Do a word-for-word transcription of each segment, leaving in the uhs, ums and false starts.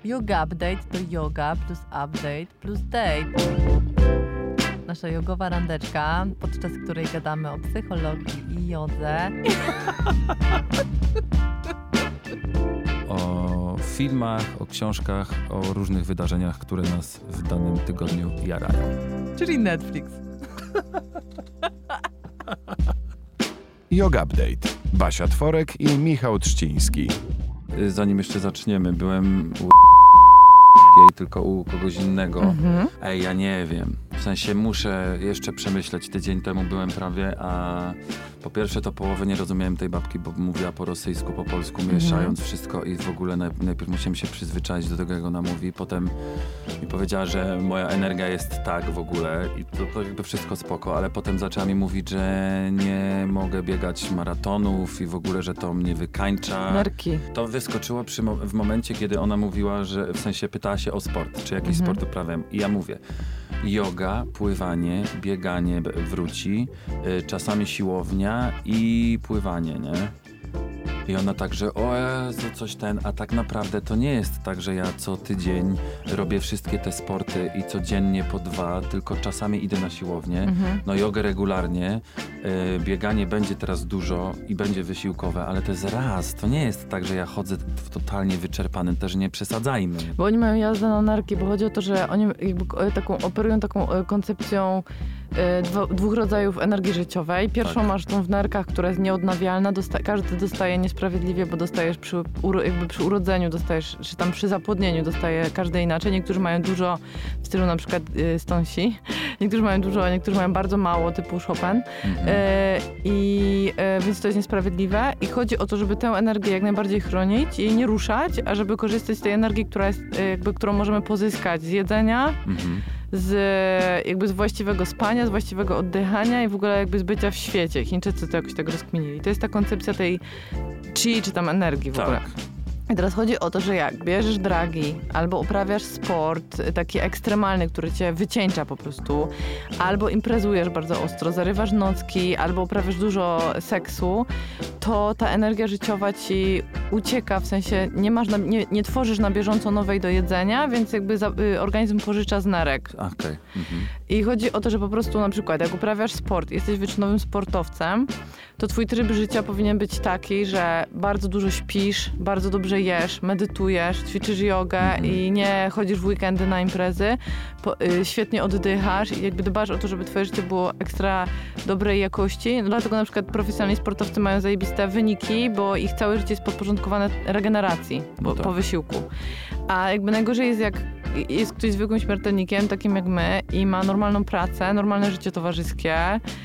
Yoga Update to yoga plus update plus date. Nasza jogowa randeczka, podczas której gadamy o psychologii i jodze. O filmach, o książkach, o różnych wydarzeniach, które nas w danym tygodniu jarają. Czyli Netflix. Yoga Update. Basia Tworek i Michał Trzciński. Zanim jeszcze zaczniemy, byłem u jej tylko u kogoś innego. Mhm. Ej, ja nie wiem. W sensie muszę jeszcze przemyśleć. Tydzień temu byłem prawie, a po pierwsze to połowę nie rozumiałem tej babki, bo mówiła po rosyjsku, po polsku, mieszając mhm. wszystko i w ogóle naj, najpierw musiałem się przyzwyczaić do tego, jak ona mówi. Potem mi powiedziała, że moja energia jest tak w ogóle i to, to jakby wszystko spoko, ale potem zaczęła mi mówić, że nie mogę biegać maratonów i w ogóle, że to mnie wykańcza. Nerki. To wyskoczyło przy mo- w momencie, kiedy ona mówiła, że w sensie pytała się o sport, czy jakiś mhm. sport uprawiam. I ja mówię, joga, pływanie, bieganie wróci, y, czasami siłownia i pływanie, nie? I ona tak, że o Jezu, coś ten, a tak naprawdę to nie jest tak, że ja co tydzień robię wszystkie te sporty i codziennie po dwa, tylko czasami idę na siłownię, mhm. no jogę regularnie, y, bieganie będzie teraz dużo i będzie wysiłkowe, ale to jest raz, to nie jest tak, że ja chodzę w totalnie wyczerpany, też nie przesadzajmy. Bo oni mają jazdę na narki, bo chodzi o to, że oni jakby taką, operują taką koncepcją Dwo, dwóch rodzajów energii życiowej. Pierwszą tak. masz tą w nerkach, która jest nieodnawialna. Dosta- każdy dostaje niesprawiedliwie, bo dostajesz przy, uro- jakby przy urodzeniu, dostajesz, czy tam przy zapłodnieniu dostaje każdy inaczej. Niektórzy mają dużo, w stylu na przykład y, Stonsi. Niektórzy mają dużo, a niektórzy mają bardzo mało, typu Chopin. Mhm. Y, I y, więc to jest niesprawiedliwe. I chodzi o to, żeby tę energię jak najbardziej chronić i jej nie ruszać, a żeby korzystać z tej energii, która jest, y, jakby, którą możemy pozyskać z jedzenia, mhm. z jakby z właściwego spania, z właściwego oddychania i w ogóle jakby z bycia w świecie. Chińczycy to jakoś tak rozkminili. To jest ta koncepcja tej chi, czy tam energii w tak. ogóle. I teraz chodzi o to, że jak bierzesz dragi, albo uprawiasz sport taki ekstremalny, który cię wycieńcza po prostu, albo imprezujesz bardzo ostro, zarywasz nocki, albo uprawiasz dużo seksu, to ta energia życiowa ci ucieka, w sensie nie masz, na, nie, nie tworzysz na bieżąco nowej do jedzenia, więc jakby za, y, organizm pożycza z nerek. Okay. Mhm. I chodzi o to, że po prostu na przykład jak uprawiasz sport, jesteś wyczynowym sportowcem, to twój tryb życia powinien być taki, że bardzo dużo śpisz, bardzo dobrze jesz, medytujesz, ćwiczysz jogę mm-hmm. i nie chodzisz w weekendy na imprezy, po, y, świetnie oddychasz i jakby dbasz o to, żeby twoje życie było ekstra dobrej jakości. No dlatego na przykład profesjonalni sportowcy mają zajebiste wyniki, bo ich całe życie jest podporządkowane regeneracji po, tak. po wysiłku. A jakby najgorzej jest, jak jest ktoś zwykłym śmiertelnikiem, takim jak my i ma normalną pracę, normalne życie towarzyskie,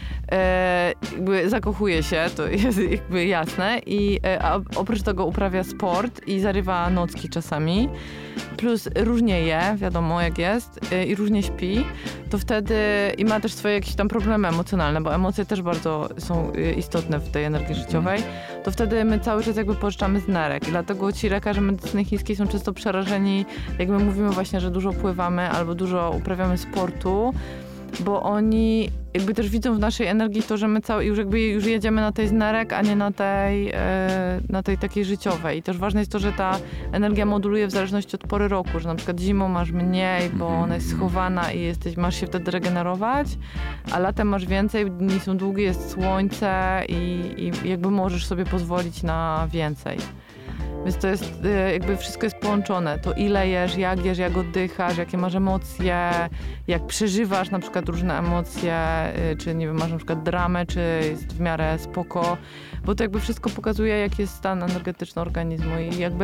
e, jakby zakochuje się, to jest jakby jasne, i e, a oprócz tego uprawia sport i zarywa nocki czasami, plus różnie je, wiadomo jak jest, e, i różnie śpi, to wtedy i ma też swoje jakieś tam problemy emocjonalne, bo emocje też bardzo są istotne w tej energii życiowej, to wtedy my cały czas jakby pożyczamy z nerek i dlatego ci lekarze medycyny chińskiej są często przerażeni, jak my mówimy właśnie, że dużo pływamy albo dużo uprawiamy sportu, bo oni jakby też widzą w naszej energii to, że my cały, już jakby już jedziemy na tej z nerek, a nie na tej, e, na tej takiej życiowej. I też ważne jest to, że ta energia moduluje w zależności od pory roku, że na przykład zimą masz mniej, bo ona jest schowana i jesteś, masz się wtedy regenerować, a latem masz więcej, dni są długie, jest słońce i, i jakby możesz sobie pozwolić na więcej. Więc to jest, jakby wszystko jest połączone. To ile jesz, jak jesz, jak oddychasz, jakie masz emocje, jak przeżywasz na przykład różne emocje, czy nie wiem, masz na przykład dramę, czy jest w miarę spoko, bo to jakby wszystko pokazuje, jaki jest stan energetyczny organizmu i jakby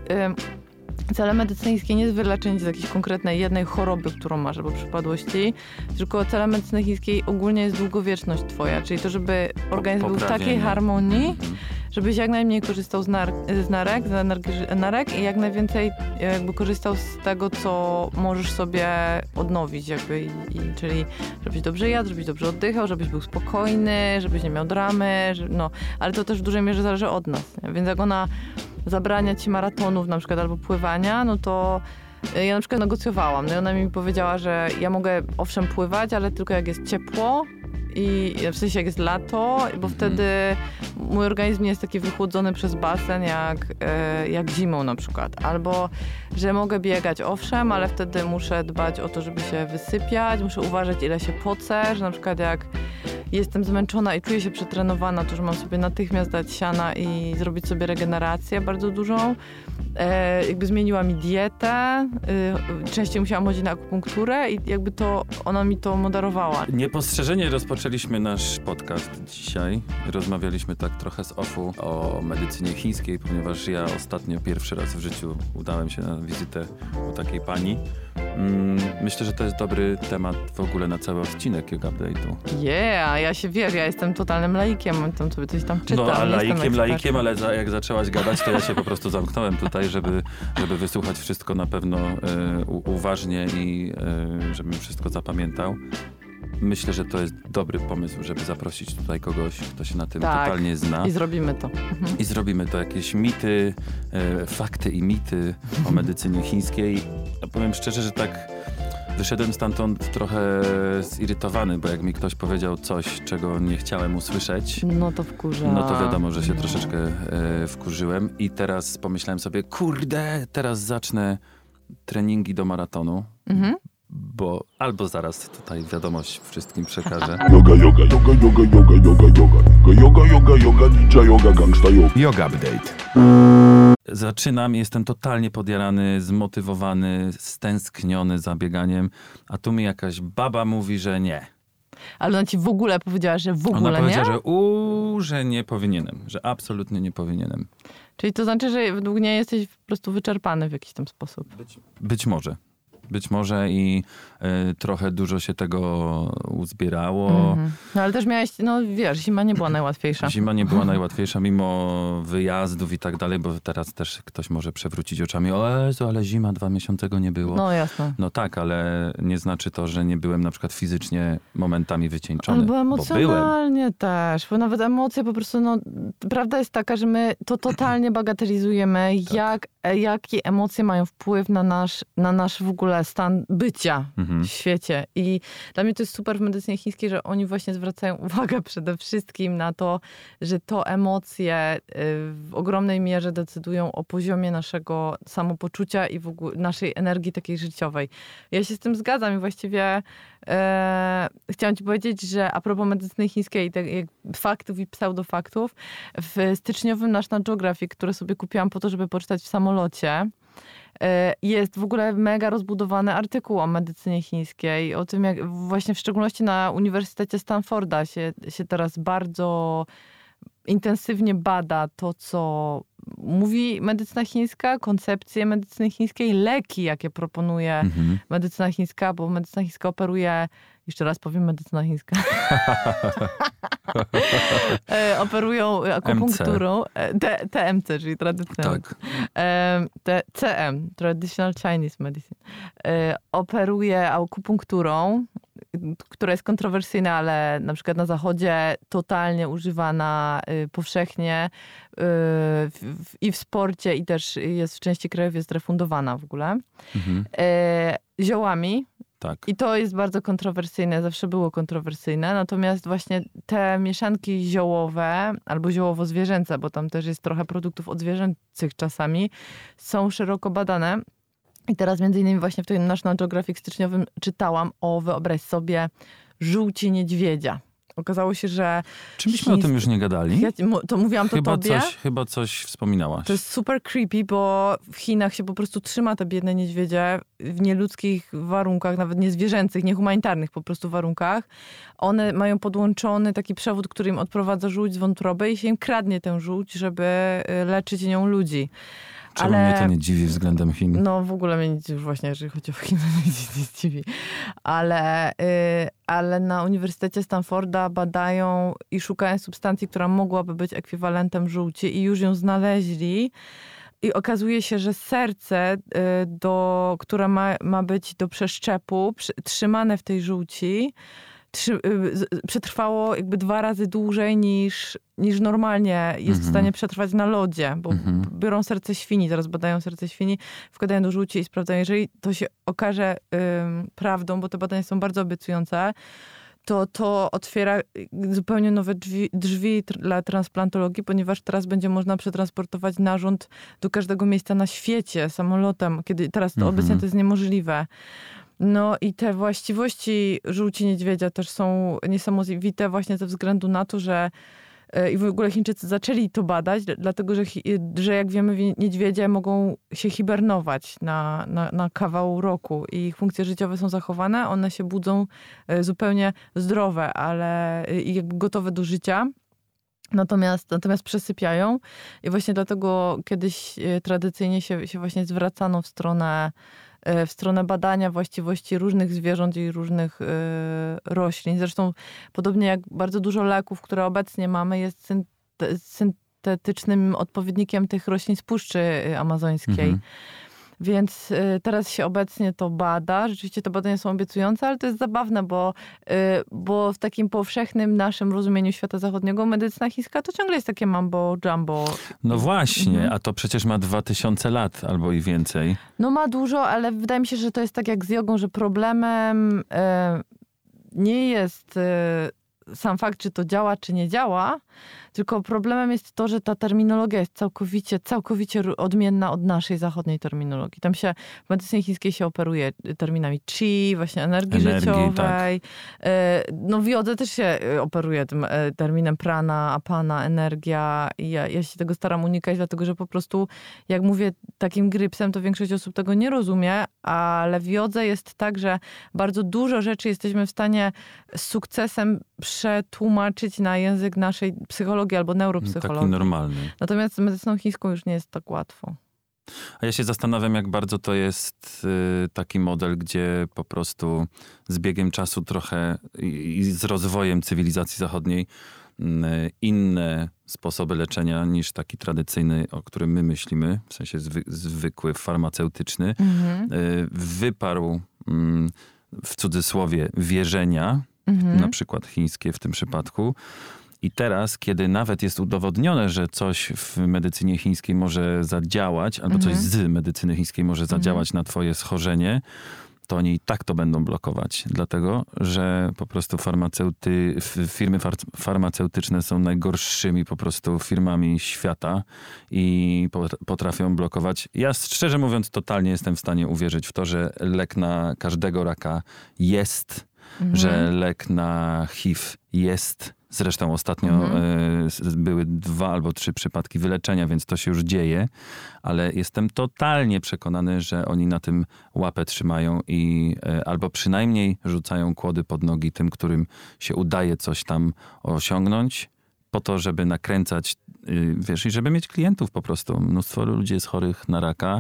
y, cele medycyny chińskie nie jest wyleczenie z jakiejś konkretnej jednej choroby, którą masz, albo przypadłości, tylko cele medycyny chińskiej ogólnie jest długowieczność twoja, czyli to, żeby organizm był w takiej harmonii, żebyś jak najmniej korzystał z, nar- z narek, z energii narek i jak najwięcej jakby korzystał z tego, co możesz sobie odnowić jakby, i, i, czyli żebyś dobrze jadł, żebyś dobrze oddychał, żebyś był spokojny, żebyś nie miał dramy, że, no, ale to też w dużej mierze zależy od nas, nie? Więc jak ona zabrania ci maratonów na przykład albo pływania, no to ja na przykład negocjowałam, no i ona mi powiedziała, że ja mogę owszem pływać, ale tylko jak jest ciepło i w sensie jak jest lato, bo Mhm. wtedy mój organizm nie jest taki wychłodzony przez basen jak, e, jak zimą na przykład. Albo, że mogę biegać, owszem, ale wtedy muszę dbać o to, żeby się wysypiać, muszę uważać, ile się pocę, że na przykład jak jestem zmęczona i czuję się przetrenowana, to że mam sobie natychmiast dać siana i zrobić sobie regenerację bardzo dużą. E, jakby zmieniła mi dietę, e, częściej musiałam chodzić na akupunkturę i jakby to, ona mi to moderowała. Niepostrzeżenie rozpoczęliśmy nasz podcast dzisiaj. Rozmawialiśmy tak trochę z offu o medycynie chińskiej, ponieważ ja ostatnio pierwszy raz w życiu udałem się na wizytę u takiej pani. Mm, myślę, że to jest dobry temat w ogóle na cały odcinek Yoga Update'u. Yeah, ja się wiesz, ja jestem totalnym laikiem, tam sobie coś tam czytam. No, a nie jestem laikiem, ekspertem. laikiem, ale za, jak zaczęłaś gadać, to ja się po prostu zamknąłem tutaj, żeby, żeby wysłuchać wszystko na pewno e, u, uważnie i e, żebym wszystko zapamiętał. Myślę, że to jest dobry pomysł, żeby zaprosić tutaj kogoś, kto się na tym Tak. totalnie zna. I zrobimy to. Mhm. I zrobimy to jakieś mity, e, fakty i mity o medycynie chińskiej. Ja powiem szczerze, że tak wyszedłem stamtąd trochę zirytowany, bo jak mi ktoś powiedział coś, czego nie chciałem usłyszeć, No to wkurza. no to wiadomo, że się No. troszeczkę e, wkurzyłem. I teraz pomyślałem sobie, kurde, teraz zacznę treningi do maratonu. Mhm. Bo albo zaraz tutaj wiadomość wszystkim przekażę. Yoga, yoga, yoga, yoga, yoga, yoga, yoga, yoga, yoga, yoga, ninja yoga, gangsta yoga. Yoga Update. Zaczynam, jestem totalnie podjarany, zmotywowany, stęskniony za bieganiem, a tu mi jakaś baba mówi, że nie. Ale ona ci w ogóle powiedziała, że w ogóle Ona nie? powiedziała, że uuu, że nie powinienem, że absolutnie nie powinienem. Czyli to znaczy, że według niej jesteś po prostu wyczerpany w jakiś tam sposób. Być, być może. Być może i y, trochę dużo się tego uzbierało. Mhm. No ale też miałeś, no wiesz, zima nie była najłatwiejsza. Zima nie była najłatwiejsza mimo wyjazdów i tak dalej, bo teraz też ktoś może przewrócić oczami. O Jezu, ale zima, dwa miesiące go nie było. No jasne. No tak, ale nie znaczy to, że nie byłem na przykład fizycznie momentami wycieńczony. Albo bo byłem. emocjonalnie też, bo nawet emocje po prostu, no prawda jest taka, że my to totalnie bagatelizujemy, Tak. jak, jakie emocje mają wpływ na nasz, na nasz w ogóle stan bycia Mhm. w świecie. I dla mnie to jest super w medycynie chińskiej, że oni właśnie zwracają uwagę przede wszystkim na to, że to emocje y, w ogromnej mierze decydują o poziomie naszego samopoczucia i w ogóle naszej energii takiej życiowej. Ja się z tym zgadzam i właściwie e, chciałam ci powiedzieć, że a propos medycyny chińskiej, tak jak faktów i pseudofaktów, w styczniowym National Geographic, które sobie kupiłam po to, żeby poczytać w samolocie, jest w ogóle mega rozbudowany artykuł o medycynie chińskiej, o tym jak właśnie w szczególności na Uniwersytecie Stanforda się, się teraz bardzo intensywnie bada to, co mówi medycyna chińska, koncepcje medycyny chińskiej, leki, jakie proponuje Mhm. medycyna chińska, bo medycyna chińska operuje, jeszcze raz powiem medycyna chińska, e, operują akupunkturą, e, T- T M C, czyli tradycyjną. Tak. E, te- C M, Traditional Chinese Medicine, e, operuje akupunkturą, która jest kontrowersyjna, ale na przykład na zachodzie totalnie używana y, powszechnie y, w, w, i w sporcie, i też jest w części krajów jest refundowana w ogóle. Mhm. Y, ziołami. Tak. I to jest bardzo kontrowersyjne, zawsze było kontrowersyjne. Natomiast właśnie te mieszanki ziołowe albo ziołowo-zwierzęce, bo tam też jest trochę produktów odzwierzęcych czasami, są szeroko badane. I teraz między innymi właśnie w tym National Geographic styczniowym czytałam o, wyobraź sobie, żółci niedźwiedzia. Okazało się, że... Czy myśmy o tym już nie gadali? Ja, to mówiłam to Chyba tobie. coś, chyba coś wspominałaś. To jest super creepy, bo w Chinach się po prostu trzyma te biedne niedźwiedzie w nieludzkich warunkach, nawet niezwierzęcych, niehumanitarnych po prostu warunkach. One mają podłączony taki przewód, który im odprowadza żółć z wątroby i się im kradnie tę żółć, żeby leczyć nią ludzi. Czemu Ale... mnie to nie dziwi względem Chin? No w ogóle mnie nic już właśnie, jeżeli chodzi o Chiny, nic nie dziwi. Ale, y, ale na Uniwersytecie Stanforda badają i szukają substancji, która mogłaby być ekwiwalentem żółci i już ją znaleźli. I okazuje się, że serce, y, do, które ma, ma być do przeszczepu, przy, trzymane w tej żółci, trzy, y, przetrwało jakby dwa razy dłużej niż, niż normalnie jest Mhm. w stanie przetrwać na lodzie, bo Mhm. biorą serce świni, teraz badają serce świni, wkładają do żółci i sprawdzają. Jeżeli to się okaże ym, prawdą, bo te badania są bardzo obiecujące, to to otwiera zupełnie nowe drzwi, drzwi dla transplantologii, ponieważ teraz będzie można przetransportować narząd do każdego miejsca na świecie samolotem, kiedy teraz to Mhm. obecnie to jest niemożliwe. No i te właściwości żółci niedźwiedzia też są niesamowite właśnie ze względu na to, że e, i w ogóle Chińczycy zaczęli to badać, d- dlatego że, chi- że jak wiemy, wi- niedźwiedzie mogą się hibernować na, na, na kawał roku i ich funkcje życiowe są zachowane, one się budzą e, zupełnie zdrowe, ale e, i jakby gotowe do życia. Natomiast, natomiast przesypiają i właśnie dlatego kiedyś e, tradycyjnie się, się właśnie zwracano w stronę, e, w stronę badania właściwości różnych zwierząt i różnych e, roślin. Zresztą podobnie jak bardzo dużo leków, które obecnie mamy, jest synte- syntetycznym odpowiednikiem tych roślin z Puszczy e, Amazońskiej. Mhm. Więc y, teraz się obecnie to bada. Rzeczywiście te badania są obiecujące, ale to jest zabawne, bo, y, bo w takim powszechnym naszym rozumieniu świata zachodniego medycyna chińska to ciągle jest takie mambo jumbo. No właśnie, Mhm. a to przecież ma dwa tysiące lat albo i więcej. No ma dużo, ale wydaje mi się, że to jest tak jak z jogą, że problemem y, nie jest y, sam fakt, czy to działa, czy nie działa, tylko problemem jest to, że ta terminologia jest całkowicie, całkowicie ru- odmienna od naszej zachodniej terminologii. Tam się w medycynie chińskiej się operuje terminami chi, właśnie energii, Energii, życiowej. E, No w jodze też się e, operuje tym e, terminem prana, apana, energia. I ja, ja się tego staram unikać, dlatego że po prostu, jak mówię takim grypsem, to większość osób tego nie rozumie, ale w jodze jest tak, że bardzo dużo rzeczy jesteśmy w stanie z sukcesem przetłumaczyć na język naszej psychologii albo Taki neuropsychologii. normalny. Natomiast z medycyną chińską już nie jest tak łatwo. A ja się zastanawiam, jak bardzo to jest y, taki model, gdzie po prostu z biegiem czasu trochę i, i z rozwojem cywilizacji zachodniej y, inne sposoby leczenia niż taki tradycyjny, o którym my myślimy, w sensie zwy, zwykły, farmaceutyczny, Mhm. y, wyparł y, w cudzysłowie wierzenia, Mhm. na przykład chińskie w tym przypadku. I teraz, kiedy nawet jest udowodnione, że coś w medycynie chińskiej może zadziałać, albo coś Mhm. z medycyny chińskiej może zadziałać na twoje schorzenie, to oni i tak to będą blokować. Dlatego, że po prostu farmaceuty, f- firmy far- farmaceutyczne są najgorszymi po prostu firmami świata i pot- potrafią blokować. Ja szczerze mówiąc totalnie jestem w stanie uwierzyć w to, że lek na każdego raka jest, Mhm. że lek na H I V jest. Zresztą ostatnio Mhm. e, s- były dwa albo trzy przypadki wyleczenia, więc to się już dzieje, ale jestem totalnie przekonany, że oni na tym łapę trzymają i e, albo przynajmniej rzucają kłody pod nogi tym, którym się udaje coś tam osiągnąć, po to, żeby nakręcać, y, wiesz, i żeby mieć klientów po prostu. Mnóstwo ludzi jest chorych na raka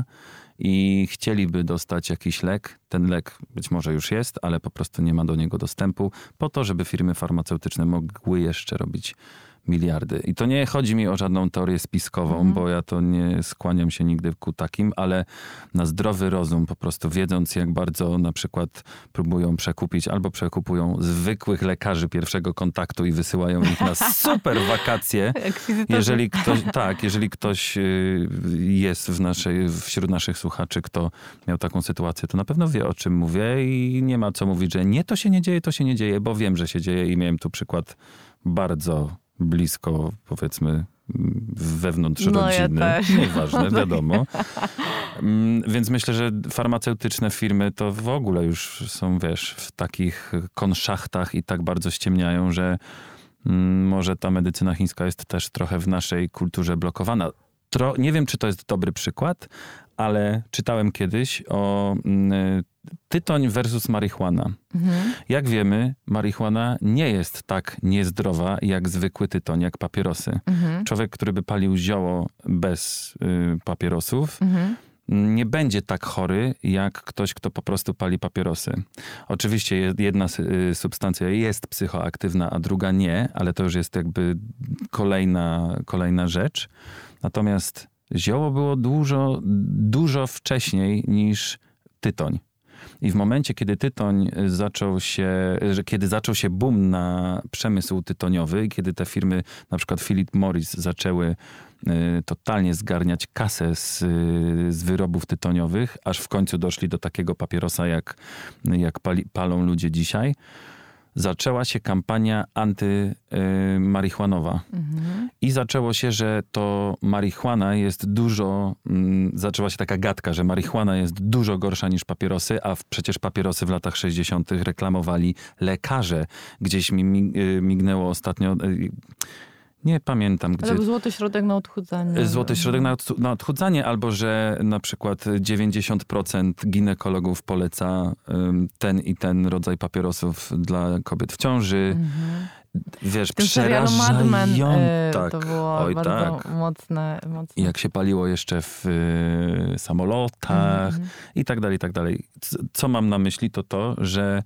i chcieliby dostać jakiś lek. Ten lek być może już jest, ale po prostu nie ma do niego dostępu, po to, żeby firmy farmaceutyczne mogły jeszcze robić miliardy. I to nie chodzi mi o żadną teorię spiskową, Mhm. bo ja to nie skłaniam się nigdy ku takim, ale na zdrowy rozum, po prostu wiedząc, jak bardzo na przykład próbują przekupić albo przekupują zwykłych lekarzy pierwszego kontaktu i wysyłają ich na super wakacje. Akwizytorzy. Jeżeli ktoś, tak, jeżeli ktoś y, jest w naszej, wśród naszych słuchaczy, kto miał taką sytuację, to na pewno wie, o czym mówię i nie ma co mówić, że nie, to się nie dzieje, to się nie dzieje, bo wiem, że się dzieje i miałem tu przykład bardzo blisko, powiedzmy, wewnątrz No, ja rodziny. też. Nieważne, wiadomo. Mm, Więc myślę, że farmaceutyczne firmy to w ogóle już są, wiesz, w takich konszachtach i tak bardzo ściemniają, że mm, może ta medycyna chińska jest też trochę w naszej kulturze blokowana. Tro, nie wiem, czy to jest dobry przykład, ale czytałem kiedyś o mm, tytoń versus marihuana. Mhm. Jak wiemy, marihuana nie jest tak niezdrowa jak zwykły tytoń, jak papierosy. Mhm. Człowiek, który by palił zioło bez y, papierosów, Mhm. nie będzie tak chory, jak ktoś, kto po prostu pali papierosy. Oczywiście je- jedna s- y, substancja jest psychoaktywna, a druga nie, ale to już jest jakby kolejna, kolejna rzecz. Natomiast zioło było dużo, dużo wcześniej niż tytoń. I w momencie, kiedy tytoń zaczął się, że kiedy zaczął się boom na przemysł tytoniowy i kiedy te firmy, na przykład Philip Morris, zaczęły y, totalnie zgarniać kasę z, y, z wyrobów tytoniowych, aż w końcu doszli do takiego papierosa, jak, jak pali, palą ludzie dzisiaj, zaczęła się kampania antymarihuanowa. Mhm. I zaczęło się, że to marihuana jest dużo, mm, zaczęła się taka gadka, że marihuana jest dużo gorsza niż papierosy, a w, przecież papierosy w latach sześćdziesiątych reklamowali lekarze. Gdzieś mi mig- y, mignęło ostatnio... Y, nie pamiętam, gdzie... Ale był złoty środek na odchudzanie. Złoty środek na, odchu- na odchudzanie, albo że na przykład dziewięćdziesiąt procent ginekologów poleca ym, ten i ten rodzaj papierosów dla kobiet w ciąży. Mhm. Wiesz, W tym serialu Mad Men przerażają... y, tak. to było Oj, bardzo tak. mocne, mocne. I jak się paliło jeszcze w y, samolotach Mhm. i tak dalej, i tak dalej. C- Co mam na myśli, to to, że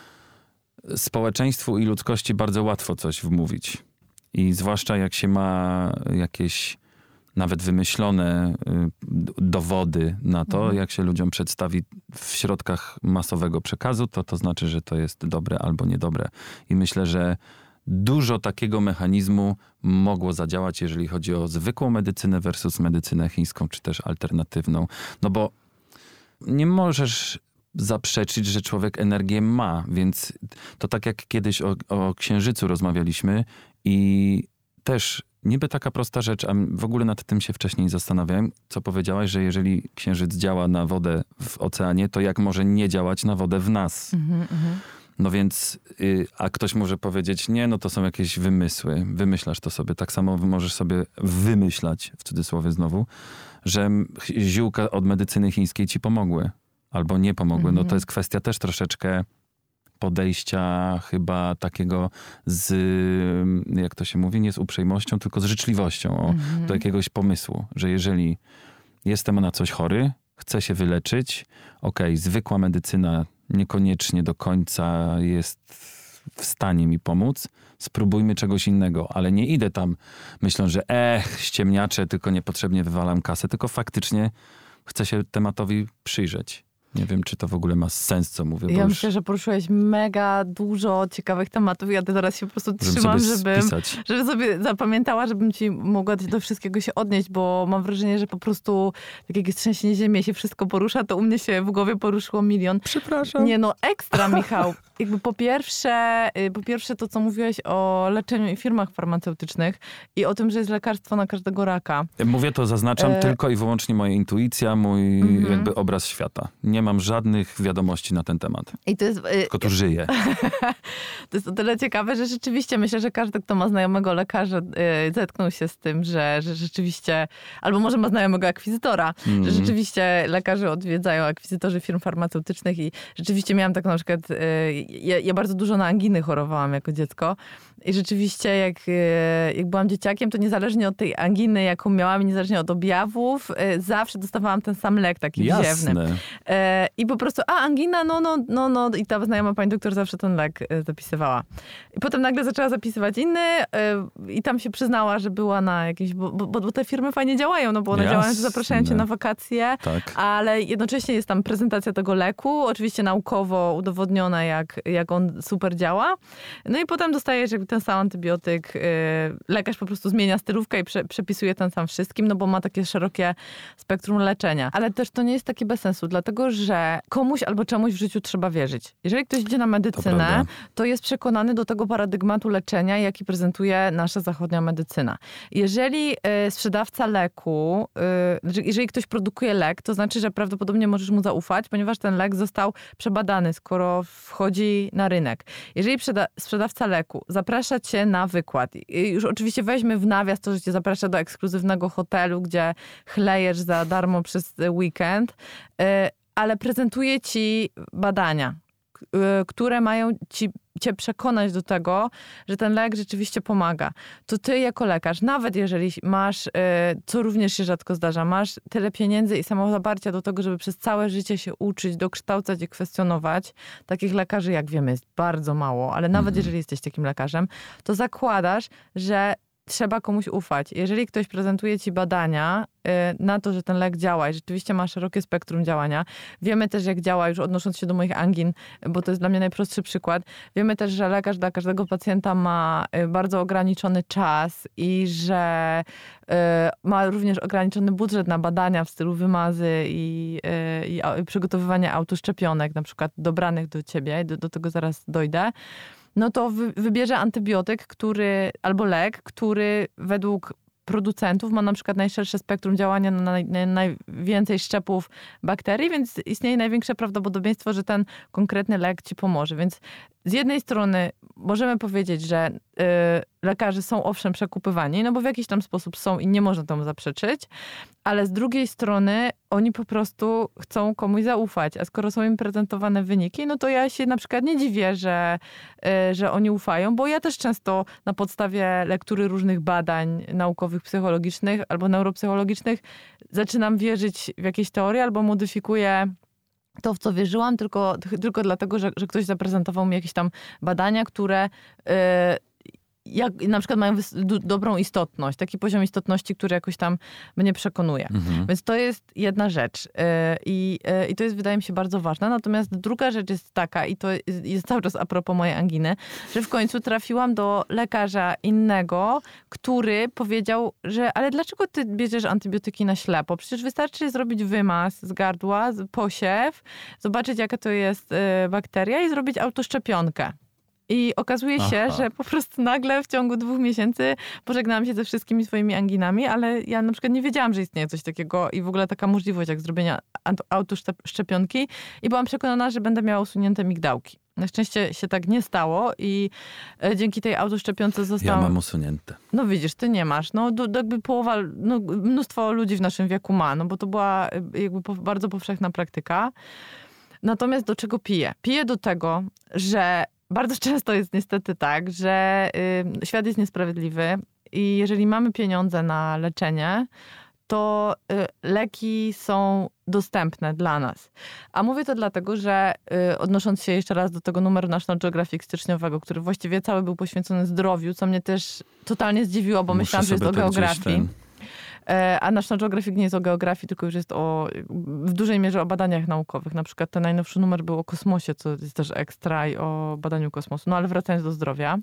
społeczeństwu i ludzkości bardzo łatwo coś wmówić. I zwłaszcza jak się ma jakieś nawet wymyślone y, d- dowody na to, Mhm. jak się ludziom przedstawi w środkach masowego przekazu, to to znaczy, że to jest dobre albo niedobre. I myślę, że dużo takiego mechanizmu mogło zadziałać, jeżeli chodzi o zwykłą medycynę versus medycynę chińską, czy też alternatywną. No bo nie możesz zaprzeczyć, że człowiek energię ma, więc to tak jak kiedyś o, o Księżycu rozmawialiśmy i też niby taka prosta rzecz, a w ogóle nad tym się wcześniej zastanawiałem, co powiedziałaś, że jeżeli Księżyc działa na wodę w oceanie, to jak może nie działać na wodę w nas? Mhm, mhm. No więc, y, a ktoś może powiedzieć, nie, no to są jakieś wymysły, wymyślasz to sobie. Tak samo możesz sobie wymyślać, w cudzysłowie znowu, że m- ch- ziółka od medycyny chińskiej ci pomogły. Albo nie pomogły. No to jest kwestia też troszeczkę podejścia chyba takiego z, jak to się mówi, nie z uprzejmością, tylko z życzliwością o, Mhm. do jakiegoś pomysłu, że jeżeli jestem na coś chory, chcę się wyleczyć, okej, zwykła medycyna niekoniecznie do końca jest w stanie mi pomóc, spróbujmy czegoś innego, ale nie idę tam myśląc, że ech, ściemniaczę, tylko niepotrzebnie wywalam kasę, tylko faktycznie chcę się tematowi przyjrzeć. Nie wiem, czy to w ogóle ma sens, co mówię. Bo Ja już myślę, że poruszyłeś mega dużo ciekawych tematów. Ja teraz się po prostu żebym trzymam, sobie żebym, spisać. żeby sobie zapamiętała, żebym ci mogła do wszystkiego się odnieść, bo mam wrażenie, że po prostu tak jak jest trzęsienie ziemi, się wszystko porusza, to u mnie się w głowie poruszyło milion. Przepraszam. Nie no, ekstra, Michał. Jakby po pierwsze, y, po pierwsze to, co mówiłeś o leczeniu i firmach farmaceutycznych i o tym, że jest lekarstwo na każdego raka. Mówię to, zaznaczam, E... tylko i wyłącznie moja intuicja, mój Mhm. jakby obraz świata. Nie mam żadnych wiadomości na ten temat. I to jest... y, Tylko tu żyję. To jest o tyle ciekawe, że rzeczywiście myślę, że każdy, kto ma znajomego lekarza, y, zetknął się z tym, że, że rzeczywiście, albo może ma znajomego akwizytora, Mhm. że rzeczywiście lekarze odwiedzają akwizytorzy firm farmaceutycznych i rzeczywiście miałam tak na przykład, y, ja, ja bardzo dużo na anginy chorowałam jako dziecko i rzeczywiście jak, y, jak byłam dzieciakiem, to niezależnie od tej anginy, jaką miałam i niezależnie od objawów, y, zawsze dostawałam ten sam lek, taki wziewny. Jasne. E, I po prostu, a angina, no, no, no, no. I ta znajoma pani doktor zawsze ten lek e, zapisywała. I potem nagle zaczęła zapisywać inny e, i tam się przyznała, że była na jakieś, bo, bo, bo te firmy fajnie działają, no bo one Jasne. działają, że zapraszają cię na wakacje, Tak. ale jednocześnie jest tam prezentacja tego leku, oczywiście naukowo udowodniona, jak, jak on super działa. No i potem dostajesz jakby ten sam antybiotyk. E, lekarz po prostu zmienia stylówkę i prze, przepisuje ten sam wszystkim, no bo ma takie szerokie spektrum leczenia. Ale też to nie jest takie bez sensu, dlatego że komuś albo czemuś w życiu trzeba wierzyć. Jeżeli ktoś idzie na medycynę, prawda. to jest przekonany do tego paradygmatu leczenia, jaki prezentuje nasza zachodnia medycyna. Jeżeli y, sprzedawca leku, y, jeżeli ktoś produkuje lek, to znaczy, że prawdopodobnie możesz mu zaufać, ponieważ ten lek został przebadany, skoro wchodzi na rynek. Jeżeli sprzeda- sprzedawca leku zaprasza cię na wykład, i już oczywiście weźmy w nawias to, że cię zaprasza do ekskluzywnego hotelu, gdzie chlejesz za darmo przez weekend, y, ale prezentuje ci badania, k- y, które mają ci, cię przekonać do tego, że ten lek rzeczywiście pomaga. To ty jako lekarz, nawet jeżeli masz, y, co również się rzadko zdarza, masz tyle pieniędzy i samozaparcia do tego, żeby przez całe życie się uczyć, dokształcać i kwestionować, takich lekarzy, jak wiemy, jest bardzo mało, ale nawet Mhm. jeżeli jesteś takim lekarzem, to zakładasz, że trzeba komuś ufać. Jeżeli ktoś prezentuje ci badania y, na to, że ten lek działa i rzeczywiście ma szerokie spektrum działania, wiemy też, jak działa, już odnosząc się do moich angin, bo to jest dla mnie najprostszy przykład, wiemy też, że lekarz dla każdego pacjenta ma y, bardzo ograniczony czas i że y, ma również ograniczony budżet na badania w stylu wymazy i, y, i, a- i przygotowywanie autoszczepionek, na przykład dobranych do ciebie, do, do tego zaraz dojdę. no to wy, wybierze antybiotyk, który, albo lek, który według producentów ma na przykład najszersze spektrum działania na naj, na najwięcej szczepów bakterii, więc istnieje największe prawdopodobieństwo, że ten konkretny lek ci pomoże. Więc z jednej strony możemy powiedzieć, że y, lekarze są owszem przekupywani, no bo w jakiś tam sposób są i nie można temu zaprzeczyć, ale z drugiej strony oni po prostu chcą komuś zaufać, a skoro są im prezentowane wyniki, no to ja się na przykład nie dziwię, że, y, że oni ufają, bo ja też często na podstawie lektury różnych badań naukowych, psychologicznych albo neuropsychologicznych zaczynam wierzyć w jakieś teorie albo modyfikuję to, w co wierzyłam, tylko, tylko dlatego, że, że ktoś zaprezentował mi jakieś tam badania, które yy, jak, na przykład mają wys- do, dobrą istotność, taki poziom istotności, który jakoś tam mnie przekonuje. Mhm. Więc to jest jedna rzecz. Yy, i, yy, I to jest, wydaje mi się, bardzo ważne. Natomiast druga rzecz jest taka, i to jest, jest cały czas a propos mojej anginy, że w końcu trafiłam do lekarza innego, który powiedział, że ale dlaczego ty bierzesz antybiotyki na ślepo? Przecież wystarczy zrobić wymaz z gardła, posiew, zobaczyć jaka to jest yy, bakteria i zrobić autoszczepionkę. I okazuje się, Aha. że po prostu nagle w ciągu dwóch miesięcy pożegnałam się ze wszystkimi swoimi anginami, ale ja na przykład nie wiedziałam, że istnieje coś takiego i w ogóle taka możliwość jak zrobienia autoszczepionki i byłam przekonana, że będę miała usunięte migdałki. Na szczęście się tak nie stało i dzięki tej autoszczepionce zostałam... Ja mam usunięte. No widzisz, ty nie masz. No jakby połowa, no mnóstwo ludzi w naszym wieku ma, no bo to była jakby bardzo powszechna praktyka. Natomiast do czego piję? Piję do tego, że bardzo często jest niestety tak, że y, świat jest niesprawiedliwy i jeżeli mamy pieniądze na leczenie, to y, leki są dostępne dla nas. A mówię to dlatego, że y, odnosząc się jeszcze raz do tego numeru National Geographic styczniowego, który właściwie cały był poświęcony zdrowiu, co mnie też totalnie zdziwiło, bo Muszę myślałam, że jest o geografii. Ten... A National Geographic nie jest o geografii, tylko już jest o, w dużej mierze o badaniach naukowych. Na przykład ten najnowszy numer był o kosmosie, co jest też ekstra i o badaniu kosmosu. No ale wracając do zdrowia.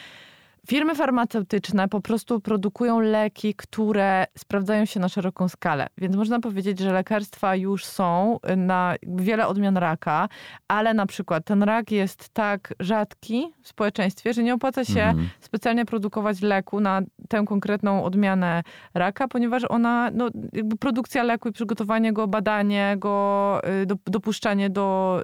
Firmy farmaceutyczne po prostu produkują leki, które sprawdzają się na szeroką skalę. Więc można powiedzieć, że lekarstwa już są na wiele odmian raka, ale na przykład ten rak jest tak rzadki w społeczeństwie, że nie opłaca się mhm. specjalnie produkować leku na tę konkretną odmianę raka, ponieważ ona, no jakby produkcja leku i przygotowanie go, badanie go, dopuszczanie do...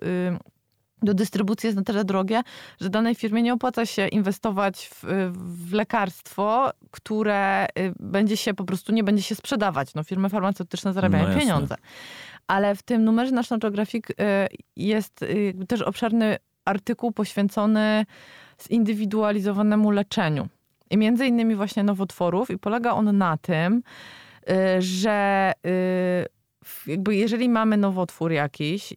do dystrybucji jest na tyle drogie, że danej firmie nie opłaca się inwestować w, w lekarstwo, które będzie się po prostu nie będzie się sprzedawać. No, firmy farmaceutyczne zarabiają no pieniądze. Ale w tym numerze National Geographic jest też obszerny artykuł poświęcony zindywidualizowanemu leczeniu. I między innymi właśnie nowotworów. I polega on na tym, że jakby jeżeli mamy nowotwór jakiś,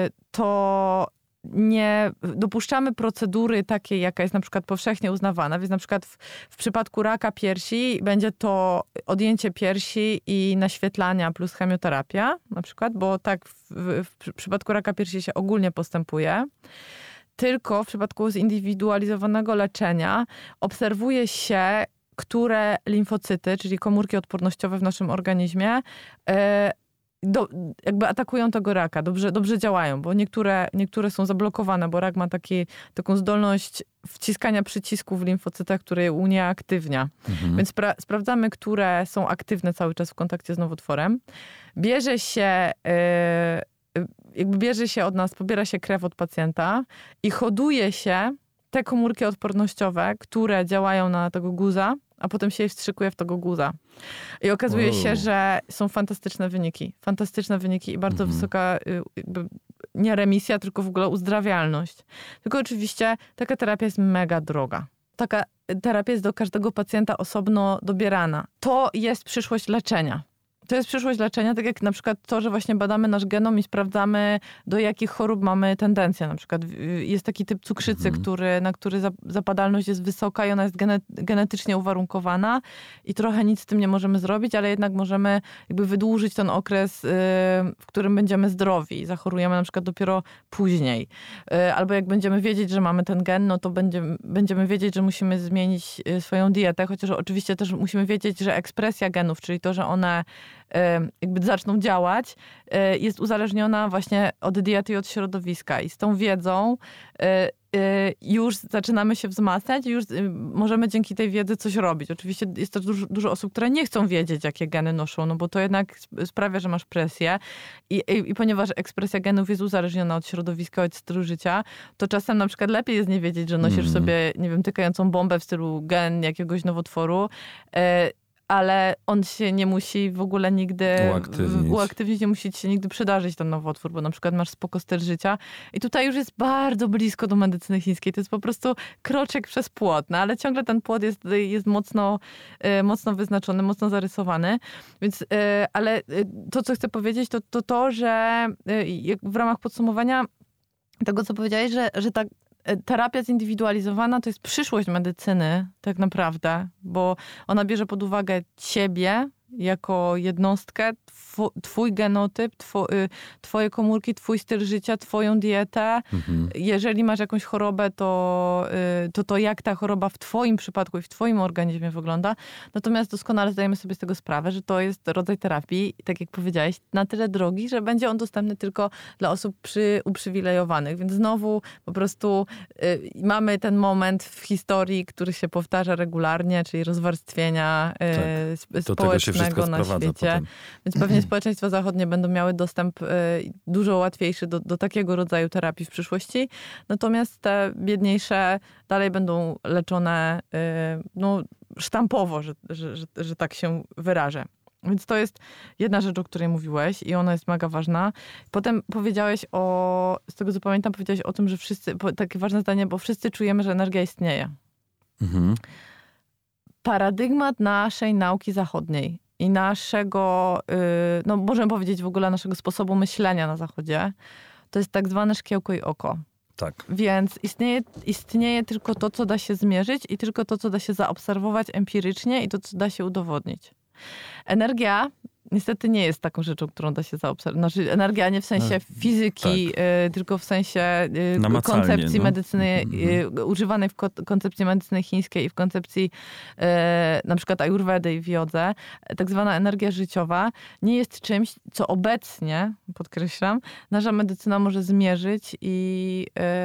to nie dopuszczamy procedury takiej, jaka jest na przykład powszechnie uznawana. Więc na przykład w, w przypadku raka piersi będzie to odjęcie piersi i naświetlania plus chemioterapia na przykład, bo tak w, w, w przypadku raka piersi się ogólnie postępuje. Tylko w przypadku zindywidualizowanego leczenia obserwuje się, które limfocyty, czyli komórki odpornościowe w naszym organizmie, yy, Do, jakby atakują tego raka, dobrze, dobrze działają, bo niektóre, niektóre są zablokowane, bo rak ma taki, taką zdolność wciskania przycisków w limfocytach, które je unieaktywnia. Mhm. Więc spra- sprawdzamy, które są aktywne cały czas w kontakcie z nowotworem. Bierze się, yy, jakby bierze się od nas, pobiera się krew od pacjenta i hoduje się te komórki odpornościowe, które działają na tego guza, a potem się je wstrzykuje w tego guza. I okazuje wow. się, że są fantastyczne wyniki. Fantastyczne wyniki i bardzo mhm. wysoka jakby, nie remisja, tylko w ogóle uzdrawialność. Tylko oczywiście taka terapia jest mega droga. Taka terapia jest do każdego pacjenta osobno dobierana. To jest przyszłość leczenia. To jest przyszłość leczenia, tak jak na przykład to, że właśnie badamy nasz genom i sprawdzamy, do jakich chorób mamy tendencję. Na przykład jest taki typ cukrzycy, mm. który, na który zapadalność jest wysoka i ona jest gene, genetycznie uwarunkowana i trochę nic z tym nie możemy zrobić, ale jednak możemy jakby wydłużyć ten okres, w którym będziemy zdrowi i zachorujemy na przykład dopiero później. Albo jak będziemy wiedzieć, że mamy ten gen, no to będziemy, będziemy wiedzieć, że musimy zmienić swoją dietę, chociaż oczywiście też musimy wiedzieć, że ekspresja genów, czyli to, że one jakby zaczną działać, jest uzależniona właśnie od diety i od środowiska. I z tą wiedzą już zaczynamy się wzmacniać i już możemy dzięki tej wiedzy coś robić. Oczywiście jest też dużo, dużo osób, które nie chcą wiedzieć, jakie geny noszą, no bo to jednak sprawia, że masz presję i, i, i ponieważ ekspresja genów jest uzależniona od środowiska, od stylu życia, to czasem na przykład lepiej jest nie wiedzieć, że nosisz mm. sobie, nie wiem, tykającą bombę w stylu gen jakiegoś nowotworu, ale on się nie musi w ogóle nigdy uaktywnić. uaktywnić, nie musi ci się nigdy przydarzyć ten nowotwór, bo na przykład masz spoko styl życia i tutaj już jest bardzo blisko do medycyny chińskiej. To jest po prostu kroczek przez płot, no ale ciągle ten płot jest, jest mocno, mocno wyznaczony, mocno zarysowany. Więc, ale to, co chcę powiedzieć, to to, to że w ramach podsumowania tego, co powiedziałeś, że, że ta terapia zindywidualizowana to jest przyszłość medycyny tak naprawdę, bo ona bierze pod uwagę ciebie jako jednostkę, twój genotyp, twoje komórki, twój styl życia, twoją dietę. Mhm. Jeżeli masz jakąś chorobę, to, to to jak ta choroba w twoim przypadku i w twoim organizmie wygląda. Natomiast doskonale zdajemy sobie z tego sprawę, że to jest rodzaj terapii, tak jak powiedziałeś, na tyle drogi, że będzie on dostępny tylko dla osób przy, uprzywilejowanych. Więc znowu po prostu y, mamy ten moment w historii, który się powtarza regularnie, czyli rozwarstwienia y, tak. społecznego na świecie. Potem. Więc pewnie społeczeństwa zachodnie będą miały dostęp y, dużo łatwiejszy do, do takiego rodzaju terapii w przyszłości. Natomiast te biedniejsze dalej będą leczone y, no, sztampowo, że, że, że, że tak się wyrażę. Więc to jest jedna rzecz, o której mówiłeś i ona jest mega ważna. Potem powiedziałeś o, z tego co pamiętam, powiedziałeś o tym, że wszyscy, takie ważne zdanie, bo wszyscy czujemy, że energia istnieje. Mhm. Paradygmat naszej nauki zachodniej i naszego, no możemy powiedzieć w ogóle naszego sposobu myślenia na Zachodzie, to jest tak zwane szkiełko i oko. Tak. Więc istnieje, istnieje tylko to, co da się zmierzyć i tylko to, co da się zaobserwować empirycznie i to, co da się udowodnić. Energia niestety nie jest taką rzeczą, którą da się zaobserwować. Znaczy, energia nie w sensie fizyki, tak. y, tylko w sensie y, koncepcji no. medycyny, y, używanej w ko- koncepcji medycyny chińskiej i w koncepcji y, na przykład ajurwedy i w jodze. Tak zwana energia życiowa nie jest czymś, co obecnie, podkreślam, nasza medycyna może zmierzyć i,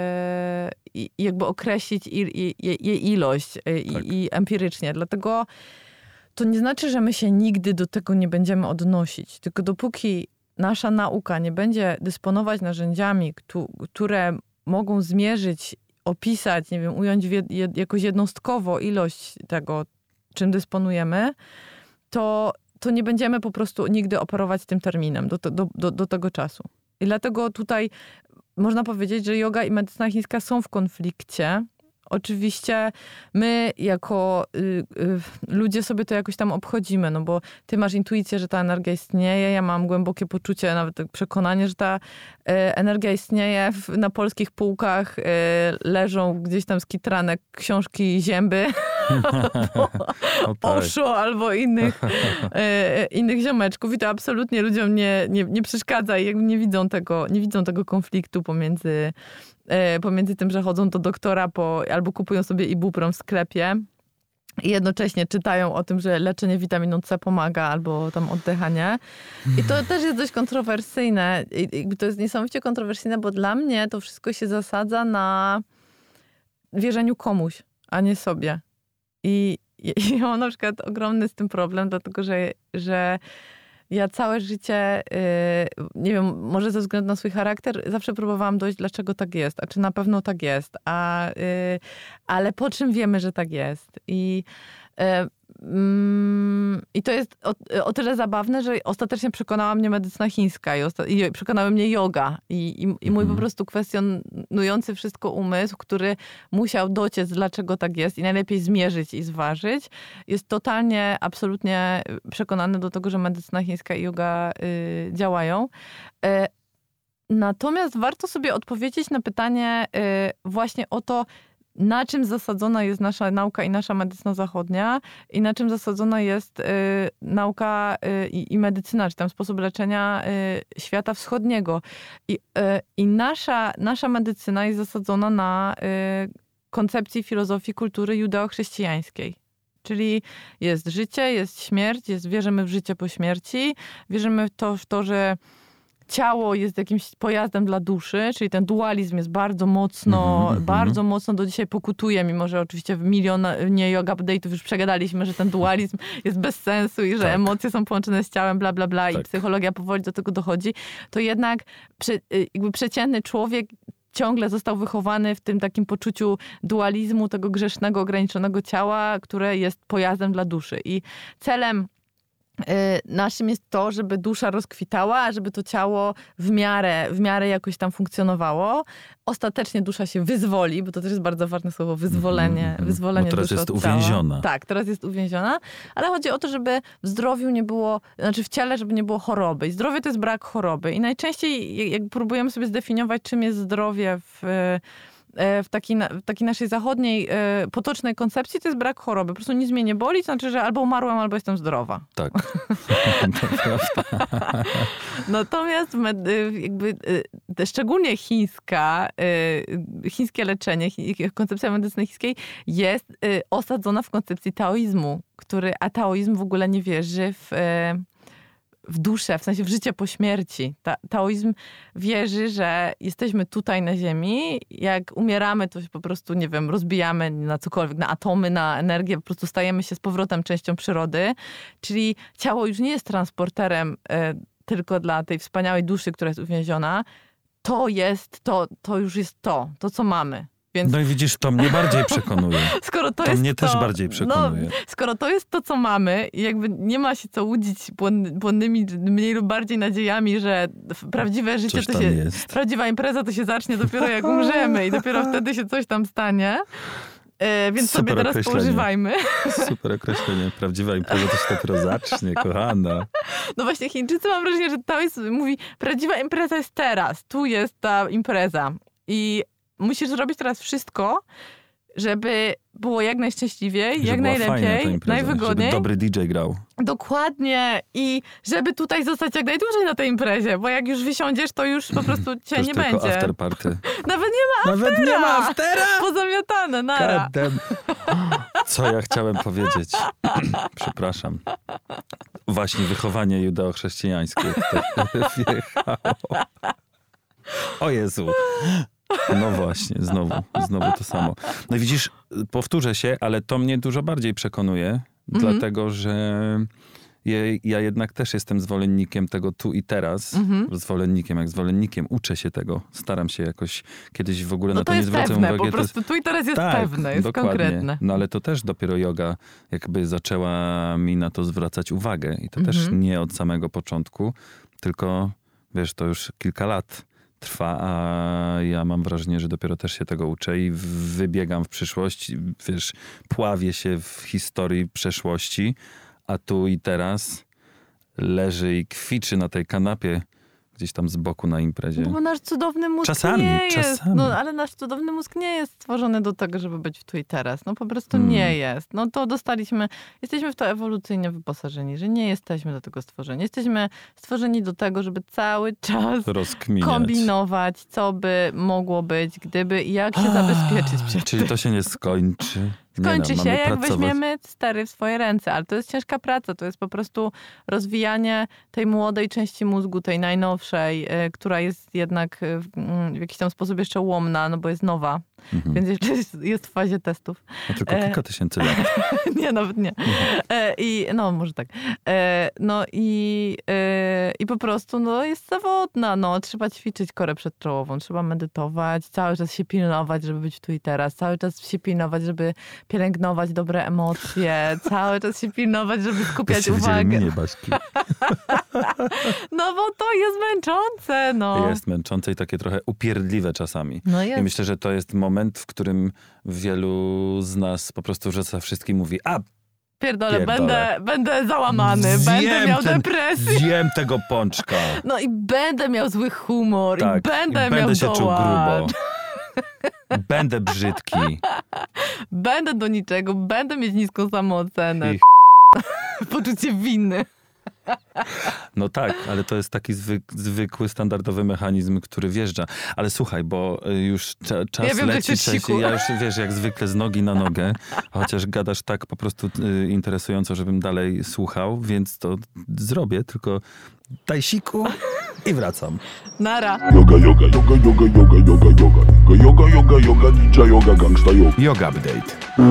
y, i jakby określić jej ilość y, tak. i, i empirycznie. Dlatego to nie znaczy, że my się nigdy do tego nie będziemy odnosić. Tylko dopóki nasza nauka nie będzie dysponować narzędziami, które mogą zmierzyć, opisać, nie wiem, ująć jakoś jednostkowo ilość tego, czym dysponujemy, to, to nie będziemy po prostu nigdy operować tym terminem do, do, do, do tego czasu. I dlatego tutaj można powiedzieć, że joga i medycyna chińska są w konflikcie. Oczywiście my jako y, y, ludzie sobie to jakoś tam obchodzimy, no bo ty masz intuicję, że ta energia istnieje, ja mam głębokie poczucie, nawet przekonanie, że ta y, energia istnieje. W, na polskich półkach y, leżą gdzieś tam skitrane książki Zięby, albo Osho, albo innych, y, innych ziomeczków i to absolutnie ludziom nie, nie, nie przeszkadza i jakby nie widzą tego, nie widzą tego konfliktu pomiędzy pomiędzy tym, że chodzą do doktora po, albo kupują sobie ibuprom w sklepie i jednocześnie czytają o tym, że leczenie witaminą C pomaga, albo tam oddychanie. I to też jest dość kontrowersyjne. I to jest niesamowicie kontrowersyjne, bo dla mnie to wszystko się zasadza na wierzeniu komuś, a nie sobie. I, i mam na przykład ogromny z tym problem, dlatego że, że ja całe życie, yy, nie wiem, może ze względu na swój charakter, zawsze próbowałam dojść, dlaczego tak jest, a czy na pewno tak jest, a, yy, ale po czym wiemy, że tak jest. I, yy, mm, i to jest o, o tyle zabawne, że ostatecznie przekonała mnie medycyna chińska i, osta- i przekonała mnie yoga i, i, i mój po prostu kwestionujący wszystko umysł, który musiał dociec, dlaczego tak jest i najlepiej zmierzyć i zważyć, jest totalnie, absolutnie przekonany do tego, że medycyna chińska i yoga y, działają. Y, natomiast warto sobie odpowiedzieć na pytanie y, właśnie o to, na czym zasadzona jest nasza nauka i nasza medycyna zachodnia i na czym zasadzona jest y, nauka y, i medycyna, czy tam sposób leczenia y, świata wschodniego. I, y, i nasza, nasza medycyna jest zasadzona na y, koncepcji filozofii kultury judeo-chrześcijańskiej. Czyli jest życie, jest śmierć, jest, wierzymy w życie po śmierci, wierzymy w to, w to, że ciało jest jakimś pojazdem dla duszy, czyli ten dualizm jest bardzo mocno, mm-hmm, bardzo mm-hmm. mocno do dzisiaj pokutuje, mimo że oczywiście w milionie yoga update'ów już przegadaliśmy, że ten dualizm jest bez sensu i że tak. emocje są połączone z ciałem, bla, bla, bla tak. i psychologia powoli do tego dochodzi, to jednak prze, jakby przeciętny człowiek ciągle został wychowany w tym takim poczuciu dualizmu, tego grzesznego, ograniczonego ciała, które jest pojazdem dla duszy. I celem naszym jest to, żeby dusza rozkwitała, a żeby to ciało w miarę, w miarę jakoś tam funkcjonowało. Ostatecznie dusza się wyzwoli, bo to też jest bardzo ważne słowo, wyzwolenie, mm-hmm. wyzwolenie bo teraz duszy jest od ciała. uwięziona. Tak, teraz jest uwięziona, ale chodzi o to, żeby w zdrowiu nie było, znaczy w ciele, żeby nie było choroby. I zdrowie to jest brak choroby. I najczęściej jak próbujemy sobie zdefiniować, czym jest zdrowie w w takiej, w takiej naszej zachodniej, potocznej koncepcji, to jest brak choroby. Po prostu nic mnie nie boli, to znaczy, że albo umarłam, albo jestem zdrowa. Tak. To prawda. Natomiast jakby szczególnie chińska, chińskie leczenie, koncepcja medycyny chińskiej jest osadzona w koncepcji taoizmu, który, a taoizm w ogóle nie wierzy w w duszę, w sensie w życie po śmierci. Ta, taoizm wierzy, że jesteśmy tutaj na ziemi, jak umieramy, to się po prostu, nie wiem, rozbijamy na cokolwiek, na atomy, na energię, po prostu stajemy się z powrotem częścią przyrody. Czyli ciało już nie jest transporterem e, tylko dla tej wspaniałej duszy, która jest uwięziona. To jest to, to już jest to, to co mamy. Więc... No i widzisz, to mnie bardziej przekonuje. Skoro to to jest mnie to, też bardziej przekonuje. No, skoro to jest to, co mamy i jakby nie ma się co łudzić błędnymi, mniej lub bardziej nadziejami, że prawdziwe życie Coś to tam się... jest. Prawdziwa impreza to się zacznie dopiero jak umrzemy i dopiero wtedy się coś tam stanie. E, więc Super sobie teraz poużywajmy. Super określenie. Prawdziwa impreza to się dopiero zacznie, kochana. No właśnie Chińczycy, mam wrażenie, że taoizm mówi, prawdziwa impreza jest teraz. Tu jest ta impreza. I musisz zrobić teraz wszystko, żeby było jak najszczęśliwiej, jak najlepiej, impreza, najwygodniej. Żeby dobry D J grał. Dokładnie. I żeby tutaj zostać jak najdłużej na tej imprezie, bo jak już wysiądziesz, to już po prostu cię nie tylko będzie. After party. Nawet nie ma aftera. Nawet nie ma aftera. Pozamiatane, nara. Co ja chciałem powiedzieć? Przepraszam. Właśnie wychowanie judeo-chrześcijańskie wjechało. O Jezu. No właśnie, znowu, znowu to samo. No i widzisz, powtórzę się, ale to mnie dużo bardziej przekonuje, mm-hmm. dlatego że ja, ja jednak też jestem zwolennikiem tego tu i teraz. Mm-hmm. Zwolennikiem, jak zwolennikiem. Uczę się tego. Staram się jakoś kiedyś w ogóle no na to, to nie zwracam pewne, uwagi. Po prostu to jest... tu i teraz jest tak, pewne, jest dokładnie. konkretne. No ale to też dopiero yoga jakby zaczęła mi na to zwracać uwagę. I to mm-hmm. też nie od samego początku, tylko wiesz, to już kilka lat trwa, a ja mam wrażenie, że dopiero też się tego uczę i wybiegam w przyszłość, wiesz, pławię się w historii przeszłości, a tu i teraz leży i kwiczy na tej kanapie gdzieś tam z boku na imprezie. No bo nasz cudowny mózg czasami, nie jest. Czasami. No ale nasz cudowny mózg nie jest stworzony do tego, żeby być w tu i teraz. No po prostu hmm. nie jest. No to dostaliśmy, jesteśmy w to ewolucyjnie wyposażeni, że nie jesteśmy do tego stworzeni. Jesteśmy stworzeni do tego, żeby cały czas rozkminiać, kombinować, co by mogło być, gdyby i jak się zabezpieczyć przed Czyli tym. to się nie skończy. Skończy nie się, jak pracować. weźmiemy stery w swoje ręce, ale to jest ciężka praca, to jest po prostu rozwijanie tej młodej części mózgu, tej najnowszej, y, która jest jednak y, w jakiś tam sposób jeszcze ułomna, no bo jest nowa, mhm. więc jeszcze jest, jest w fazie testów. No tylko kilka e... tysięcy lat. nie, nawet nie. Mhm. E, I no, może tak. E, no i, e, i po prostu no, jest zawodna, no, trzeba ćwiczyć korę przedczołową, trzeba medytować, cały czas się pilnować, żeby być tu i teraz, cały czas się pilnować, żeby pielęgnować dobre emocje, cały czas się pilnować, żeby skupiać Byście uwagę. Mnie, Baśki. No bo to jest męczące, no. Jest męczące i takie trochę upierdliwe czasami. No jest. I myślę, że to jest moment, w którym wielu z nas po prostu rzuca wszystkim mówi, a Pierdolę, Pierdolę. Będę, będę załamany, zjem będę miał ten, depresję. Zjem tego pączka. No i będę miał zły humor, tak, i będę i miał będę się dołacz. czuł grubo. Będę brzydki. Będę do niczego, będę mieć niską samoocenę. I Poczucie winy. No tak, ale to jest taki zwyk, zwykły, standardowy mechanizm, który wjeżdża. Ale słuchaj, bo już cza, czas ja wiem, leci. Że Czas, ja już, wiesz, jak zwykle z nogi na nogę, chociaż gadasz tak po prostu y, interesująco, żebym dalej słuchał, więc to zrobię, tylko daj siku i wracam. Nara. Yoga, yoga, yoga, yoga, yoga, yoga, yoga. Yoga, yoga, yoga, ninja yoga, gangsta yoga. Yoga Update.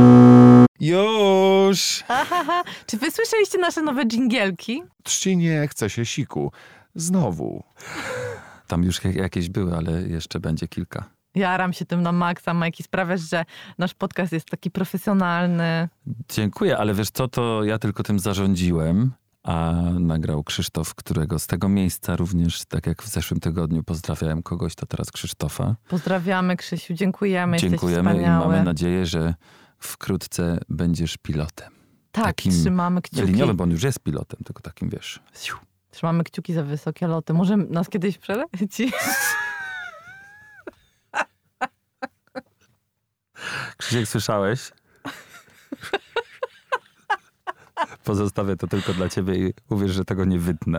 Już! Ahaha. Czy wy słyszeliście nasze nowe dżingielki? Trzcinie chce się siku. Znowu. Tam już jakieś były, ale jeszcze będzie kilka. Jaram się tym na maksa, Majki. Sprawiasz, że nasz podcast jest taki profesjonalny. Dziękuję, ale wiesz co, to ja tylko tym zarządziłem, a nagrał Krzysztof, którego z tego miejsca również, tak jak w zeszłym tygodniu pozdrawiałem kogoś, to teraz Krzysztofa. Pozdrawiamy, Krzysiu, dziękujemy, Dziękujemy jesteś i wspaniały. mamy nadzieję, że wkrótce będziesz pilotem. Tak, takim trzymamy kciuki. Liniowym, bo on już jest pilotem, tylko takim, wiesz... Trzymamy kciuki za wysokie loty. Może nas kiedyś przeleci? Krzysiek, słyszałeś? Pozostawię to tylko dla ciebie i uwierz, że tego nie wytnę.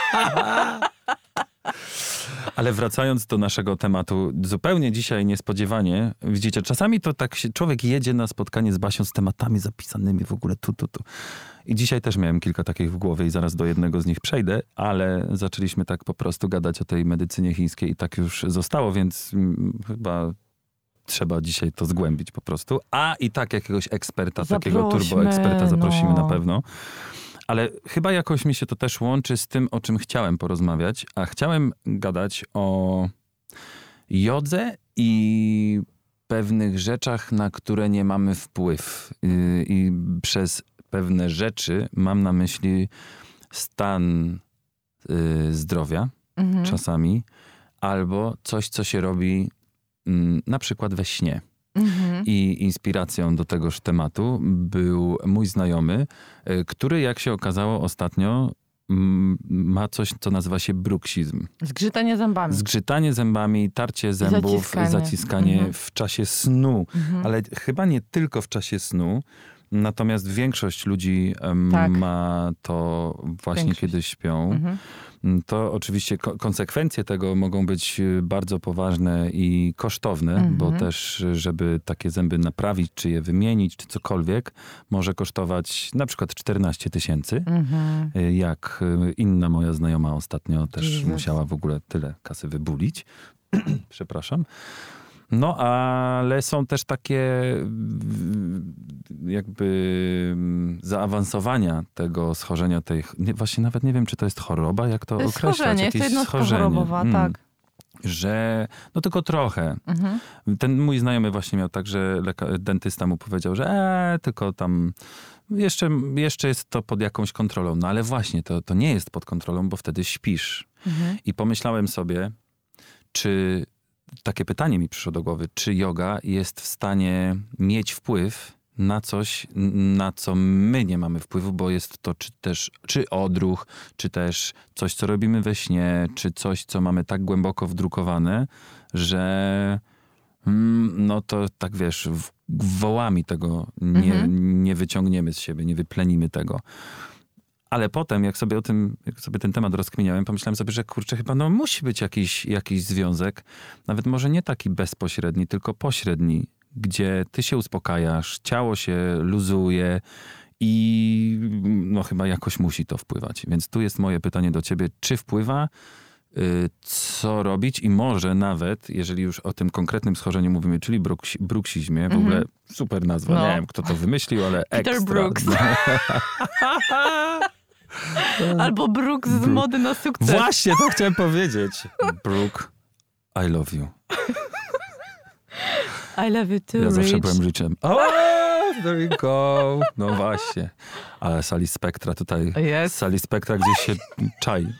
Ale wracając do naszego tematu, zupełnie dzisiaj niespodziewanie, widzicie, czasami to tak się człowiek jedzie na spotkanie z Basią z tematami zapisanymi w ogóle tu, tu, tu. I dzisiaj też miałem kilka takich w głowie i zaraz do jednego z nich przejdę, ale zaczęliśmy tak po prostu gadać o tej medycynie chińskiej i tak już zostało, więc mm, chyba trzeba dzisiaj to zgłębić po prostu. A i tak jakiegoś eksperta, takiego Zaprośmy, turboeksperta zaprosimy no. na pewno. Ale chyba jakoś mi się to też łączy z tym, o czym chciałem porozmawiać, a chciałem gadać o jodze i pewnych rzeczach, na które nie mamy wpływ. I, i przez pewne rzeczy mam na myśli stan y, zdrowia Mhm. czasami, albo coś, co się robi y, na przykład we śnie. Mhm. I inspiracją do tegoż tematu był mój znajomy, y, który jak się okazało ostatnio mm, ma coś, co nazywa się bruksizm. Zgrzytanie zębami. Zgrzytanie zębami, tarcie zębów, zaciskanie, zaciskanie mhm. w czasie snu. Mhm. Ale chyba nie tylko w czasie snu, natomiast większość ludzi em, Tak. ma to właśnie Większość. kiedy śpią. Mhm. To oczywiście ko- konsekwencje tego mogą być y, bardzo poważne i kosztowne, Mhm. bo też, y, żeby takie zęby naprawić, czy je wymienić, czy cokolwiek, może kosztować na przykład czternaście tysięcy. Mhm. Y, Jak y, inna moja znajoma ostatnio też Jezus. musiała w ogóle tyle kasy wybulić. Przepraszam. No, ale są też takie mm, jakby mm, zaawansowania tego schorzenia, tej, nie, właśnie nawet nie wiem, czy to jest choroba, jak to, To jest określać. schorzenie, jest to Jakieś jednostka schorzenie. chorobowa, Mm. tak. Że, no tylko trochę. Mhm. Ten mój znajomy właśnie miał tak, że leka- dentysta mu powiedział, że e, tylko tam jeszcze, jeszcze jest to pod jakąś kontrolą. No ale właśnie, to, to nie jest pod kontrolą, bo wtedy śpisz. Mhm. I pomyślałem sobie, czy takie pytanie mi przyszło do głowy, czy yoga jest w stanie mieć wpływ na coś, na co my nie mamy wpływu, bo jest to czy też czy odruch, czy też coś, co robimy we śnie, czy coś, co mamy tak głęboko wdrukowane, że mm, no to tak wiesz, w, wołami tego nie, Mhm. nie wyciągniemy z siebie, nie wyplenimy tego. Ale potem, jak sobie o tym, jak sobie ten temat rozkminiałem, pomyślałem sobie, że kurczę, chyba no musi być jakiś, jakiś związek, nawet może nie taki bezpośredni, tylko pośredni, gdzie ty się uspokajasz, ciało się luzuje i no chyba jakoś musi to wpływać. Więc tu jest moje pytanie do ciebie, czy wpływa, y, co robić i może nawet, jeżeli już o tym konkretnym schorzeniu mówimy, czyli bruksi, bruksizmie, w Mhm. ogóle super nazwa, No. nie wiem kto to wymyślił, ale Peter ekstra. Brooks. No. Albo Brooks z Brook. mody na sukces. Właśnie to chciałem powiedzieć. Brooke, I love you. I love you too, Ja zawsze Rich. byłem Richem. O, there you go. No właśnie. Ale Sali Spectra tutaj, Jest. Sali Spectra gdzieś się czai.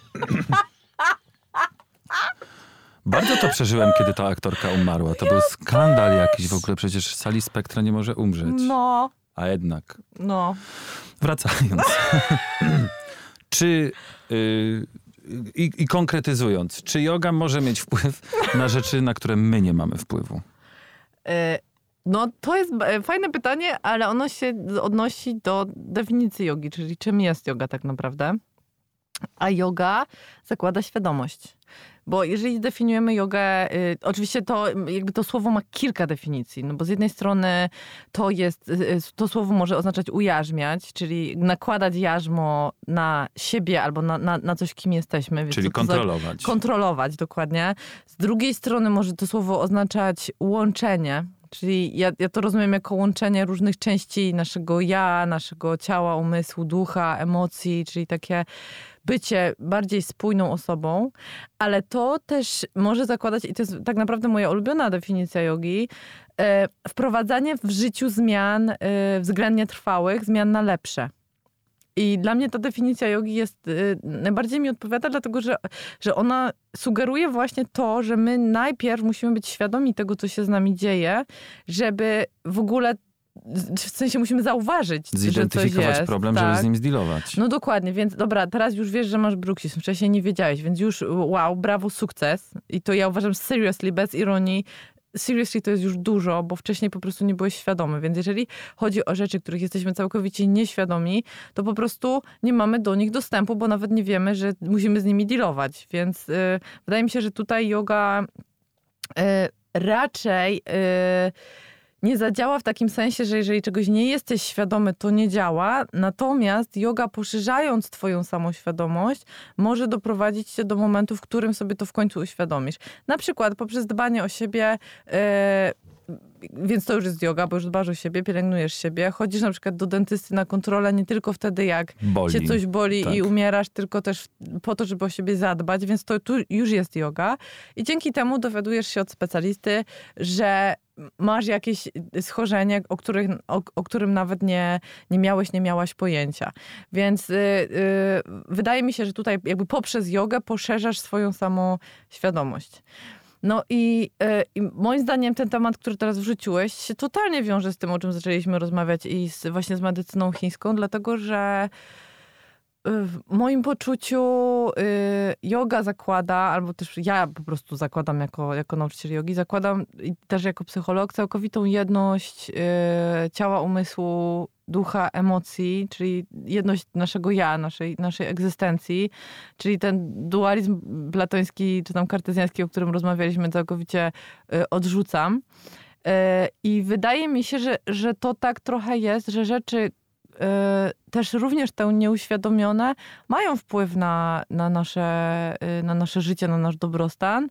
Bardzo to przeżyłem, kiedy ta aktorka umarła. To był skandal jakiś w ogóle. Przecież Sali Spectra nie może umrzeć. No, A jednak. no. Wracając. Czy... Yy, i, I konkretyzując, czy yoga może mieć wpływ na rzeczy, na które my nie mamy wpływu? E, No to jest e, fajne pytanie, ale ono się odnosi do definicji jogi, czyli czym jest yoga tak naprawdę. A yoga zakłada świadomość. Bo jeżeli definiujemy jogę, y, oczywiście to jakby to słowo ma kilka definicji, no bo z jednej strony to jest, y, to słowo może oznaczać ujarzmiać, czyli nakładać jarzmo na siebie albo na, na, na coś, kim jesteśmy. Więc Czyli kontrolować. Za, kontrolować, dokładnie. Z drugiej strony może to słowo oznaczać łączenie. Czyli ja, ja to rozumiem jako łączenie różnych części naszego ja, naszego ciała, umysłu, ducha, emocji, czyli takie bycie bardziej spójną osobą, ale to też może zakładać, i to jest tak naprawdę moja ulubiona definicja jogi, e, wprowadzanie w życiu zmian e, względnie trwałych, zmian na lepsze. I dla mnie ta definicja jogi jest, y, najbardziej mi odpowiada, dlatego że, że ona sugeruje właśnie to, że my najpierw musimy być świadomi tego, co się z nami dzieje, żeby w ogóle, w sensie musimy zauważyć, zidentyfikować że coś jest, problem, tak. żeby z nim zdealować. No dokładnie, więc dobra, teraz już wiesz, że masz bruksizm, wcześniej nie wiedziałeś, więc już wow, brawo, sukces. I to ja uważam seriously, bez ironii, seriously to jest już dużo, bo wcześniej po prostu nie byłeś świadomy. Więc jeżeli chodzi o rzeczy, których jesteśmy całkowicie nieświadomi, to po prostu nie mamy do nich dostępu, bo nawet nie wiemy, że musimy z nimi dealować. Więc yy, wydaje mi się, że tutaj yoga yy, raczej yy, nie zadziała w takim sensie, że jeżeli czegoś nie jesteś świadomy, to nie działa. Natomiast yoga, poszerzając twoją samoświadomość, może doprowadzić cię do momentu, w którym sobie to w końcu uświadomisz. Na przykład poprzez dbanie o siebie, yy, więc to już jest yoga, bo już dbasz o siebie, pielęgnujesz siebie. Chodzisz na przykład do dentysty na kontrolę nie tylko wtedy, jak Boli. cię coś boli Tak. i umierasz, tylko też po to, żeby o siebie zadbać, więc to tu już jest yoga. I dzięki temu dowiadujesz się od specjalisty, że masz jakieś schorzenie, o, których, o, o którym nawet nie, nie miałeś, nie miałaś pojęcia. Więc yy, yy, wydaje mi się, że tutaj jakby poprzez jogę poszerzasz swoją samoświadomość. No i, yy, i moim zdaniem ten temat, który teraz wrzuciłeś, się totalnie wiąże z tym, o czym zaczęliśmy rozmawiać i z, właśnie z medycyną chińską, dlatego że w moim poczuciu y, yoga zakłada, albo też ja po prostu zakładam jako, jako nauczyciel jogi, zakładam i też jako psycholog całkowitą jedność y, ciała, umysłu, ducha, emocji, czyli jedność naszego ja, naszej, naszej egzystencji, czyli ten dualizm platoński czy tam kartezjański, o którym rozmawialiśmy, całkowicie y, odrzucam. Y, I wydaje mi się, że, że to tak trochę jest, że rzeczy też również te nieuświadomione mają wpływ na, na, nasze, na nasze życie, na nasz dobrostan.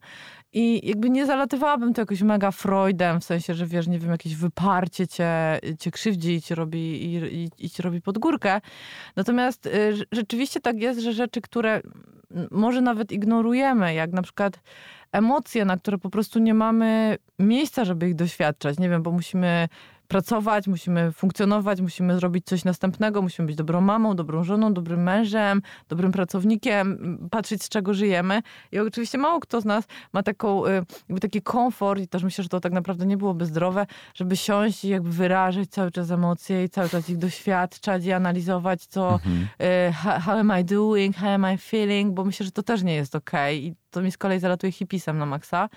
I jakby nie zalatywałabym to jakoś mega Freudem, w sensie, że wiesz, nie wiem, jakieś wyparcie cię, cię krzywdzi i ci robi, i, i, i ci robi pod górkę. Natomiast y, rzeczywiście tak jest, że rzeczy, które może nawet ignorujemy, jak na przykład emocje, na które po prostu nie mamy miejsca, żeby ich doświadczać. Nie wiem, bo musimy pracować, musimy funkcjonować, musimy zrobić coś następnego, musimy być dobrą mamą, dobrą żoną, dobrym mężem, dobrym pracownikiem, patrzeć, z czego żyjemy. I oczywiście mało kto z nas ma taką, jakby taki komfort i też myślę, że to tak naprawdę nie byłoby zdrowe, żeby siąść i jakby wyrażać cały czas emocje i cały czas ich doświadczać i analizować, co mhm. how, how am I doing, how am I feeling, bo myślę, że to też nie jest okej. I to mi z kolei zalatuje hipisem na maksa.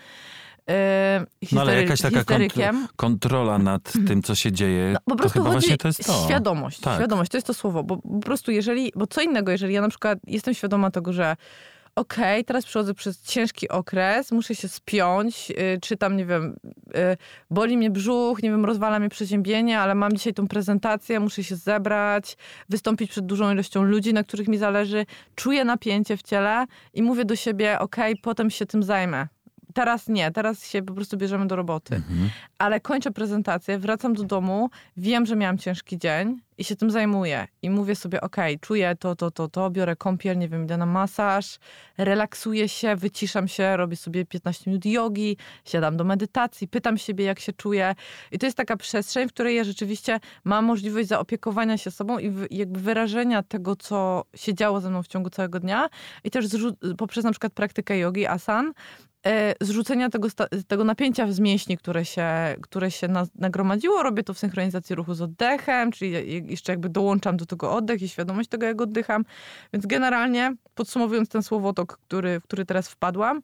Histery- no ale jakaś taka histerykiem. kont- kontrola nad tym, co się dzieje, no, po to prostu chyba chodzi właśnie to jest to. Świadomość. Tak. Świadomość, to jest to słowo, bo po prostu jeżeli, bo co innego, jeżeli ja na przykład jestem świadoma tego, że okej, okay, teraz przechodzę przez ciężki okres, muszę się spiąć, yy, czy tam, nie wiem, yy, boli mnie brzuch, nie wiem, rozwala mnie przeziębienie, ale mam dzisiaj tą prezentację, muszę się zebrać, wystąpić przed dużą ilością ludzi, na których mi zależy, czuję napięcie w ciele i mówię do siebie, okej, okay, potem się tym zajmę. Teraz nie, teraz się po prostu bierzemy do roboty. Mhm. Ale kończę prezentację, wracam do domu, wiem, że miałam ciężki dzień i się tym zajmuję. I mówię sobie, okej, okay, czuję to, to, to, to, biorę kąpiel, nie wiem, idę na masaż, relaksuję się, wyciszam się, robię sobie piętnaście minut jogi, siadam do medytacji, pytam siebie, jak się czuję. I to jest taka przestrzeń, w której ja rzeczywiście mam możliwość zaopiekowania się sobą i w, jakby wyrażenia tego, co się działo ze mną w ciągu całego dnia. I też zrzu- poprzez na przykład praktykę jogi, asan, zrzucenia tego, tego napięcia z mięśni, które się, które się nagromadziło. Robię to w synchronizacji ruchu z oddechem, czyli jeszcze jakby dołączam do tego oddech i świadomość tego, jak oddycham. Więc generalnie, podsumowując ten słowotok, który, w który teraz wpadłam,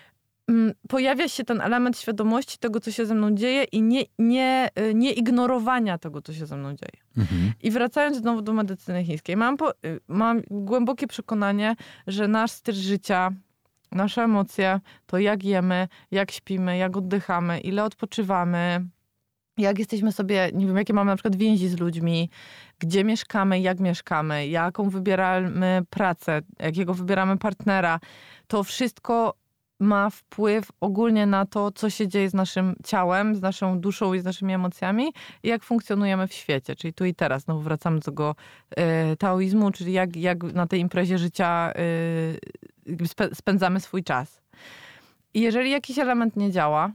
pojawia się ten element świadomości tego, co się ze mną dzieje i nie, nie, nie ignorowania tego, co się ze mną dzieje. Mhm. I wracając znowu do medycyny chińskiej, mam, po, mam głębokie przekonanie, że nasz styl życia, nasze emocje, to jak jemy, jak śpimy, jak oddychamy, ile odpoczywamy, jak jesteśmy sobie, nie wiem, jakie mamy na przykład więzi z ludźmi, gdzie mieszkamy, jak mieszkamy, jaką wybieramy pracę, jakiego wybieramy partnera. To wszystko ma wpływ ogólnie na to, co się dzieje z naszym ciałem, z naszą duszą i z naszymi emocjami i jak funkcjonujemy w świecie. Czyli tu i teraz znowu wracamy do tego y, taoizmu, czyli jak, jak na tej imprezie życia y, spe, spędzamy swój czas. I jeżeli jakiś element nie działa,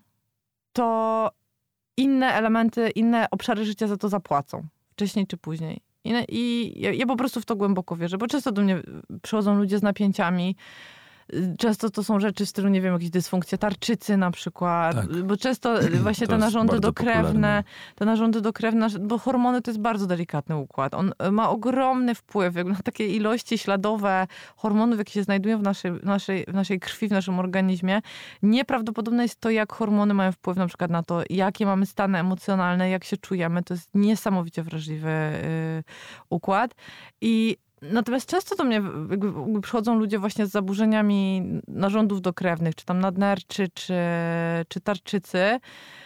to inne elementy, inne obszary życia za to zapłacą. Wcześniej czy później. I, i ja, ja po prostu w to głęboko wierzę, bo często do mnie przychodzą ludzie z napięciami. Często to są rzeczy w stylu, nie wiem, jakieś dysfunkcje tarczycy na przykład, tak. Bo często właśnie te narządy dokrewne, popularne. te narządy dokrewne, bo hormony to jest bardzo delikatny układ. On ma ogromny wpływ jakby na takie ilości śladowe hormonów, jakie się znajdują w naszej, w, naszej, w naszej krwi, w naszym organizmie. Nieprawdopodobne jest to, jak hormony mają wpływ na przykład na to, jakie mamy stany emocjonalne, jak się czujemy. To jest niesamowicie wrażliwy yy, układ. I natomiast często do mnie jakby przychodzą ludzie właśnie z zaburzeniami narządów dokrewnych, czy tam nadnerczy, czy, czy tarczycy.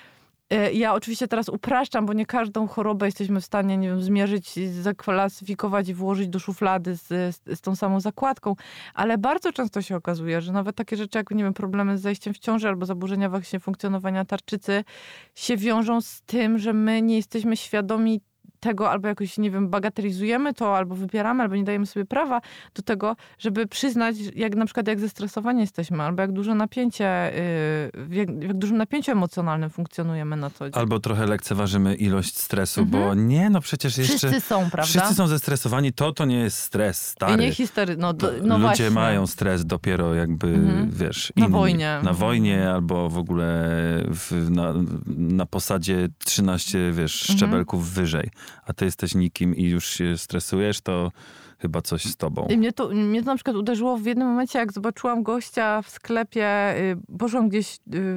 Ja oczywiście teraz upraszczam, bo nie każdą chorobę jesteśmy w stanie, nie wiem, zmierzyć, zaklasyfikować i włożyć do szuflady z, z, z tą samą zakładką, ale bardzo często się okazuje, że nawet takie rzeczy jak, nie wiem, problemy z zajściem w ciąży albo zaburzenia właśnie funkcjonowania tarczycy się wiążą z tym, że my nie jesteśmy świadomi tego, albo jakoś, nie wiem, bagatelizujemy to, albo wypieramy, albo nie dajemy sobie prawa do tego, żeby przyznać, jak na przykład jak zestresowani jesteśmy, albo jak duże napięcie, w jak, w jak dużym napięciu emocjonalnym funkcjonujemy na co dzień. Albo trochę lekceważymy ilość stresu, Mhm. bo nie, no przecież jeszcze... Wszyscy są, prawda? Wszyscy są zestresowani, to to nie jest stres, stary. I nie histery, no, To no ludzie właśnie. mają stres dopiero jakby, Mhm. wiesz... Na inni. wojnie. Na wojnie albo w ogóle w, na, na posadzie trzynaście, wiesz, Mhm. szczebelków wyżej. A ty jesteś nikim i już się stresujesz, to chyba coś z tobą. I mnie to, mnie to na przykład uderzyło w jednym momencie, jak zobaczyłam gościa w sklepie, y, poszłam gdzieś, y,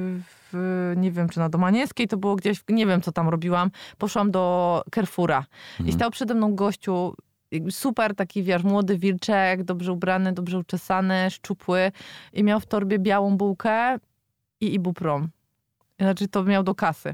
w, nie wiem, czy na Domaniewskiej, to było gdzieś, nie wiem, co tam robiłam, poszłam do Carrefoura Mhm. i stał przede mną gościu, jakby super taki, wiesz, młody wilczek, dobrze ubrany, dobrze uczesany, szczupły i miał w torbie białą bułkę i Ibuprom. Znaczy to miał do kasy.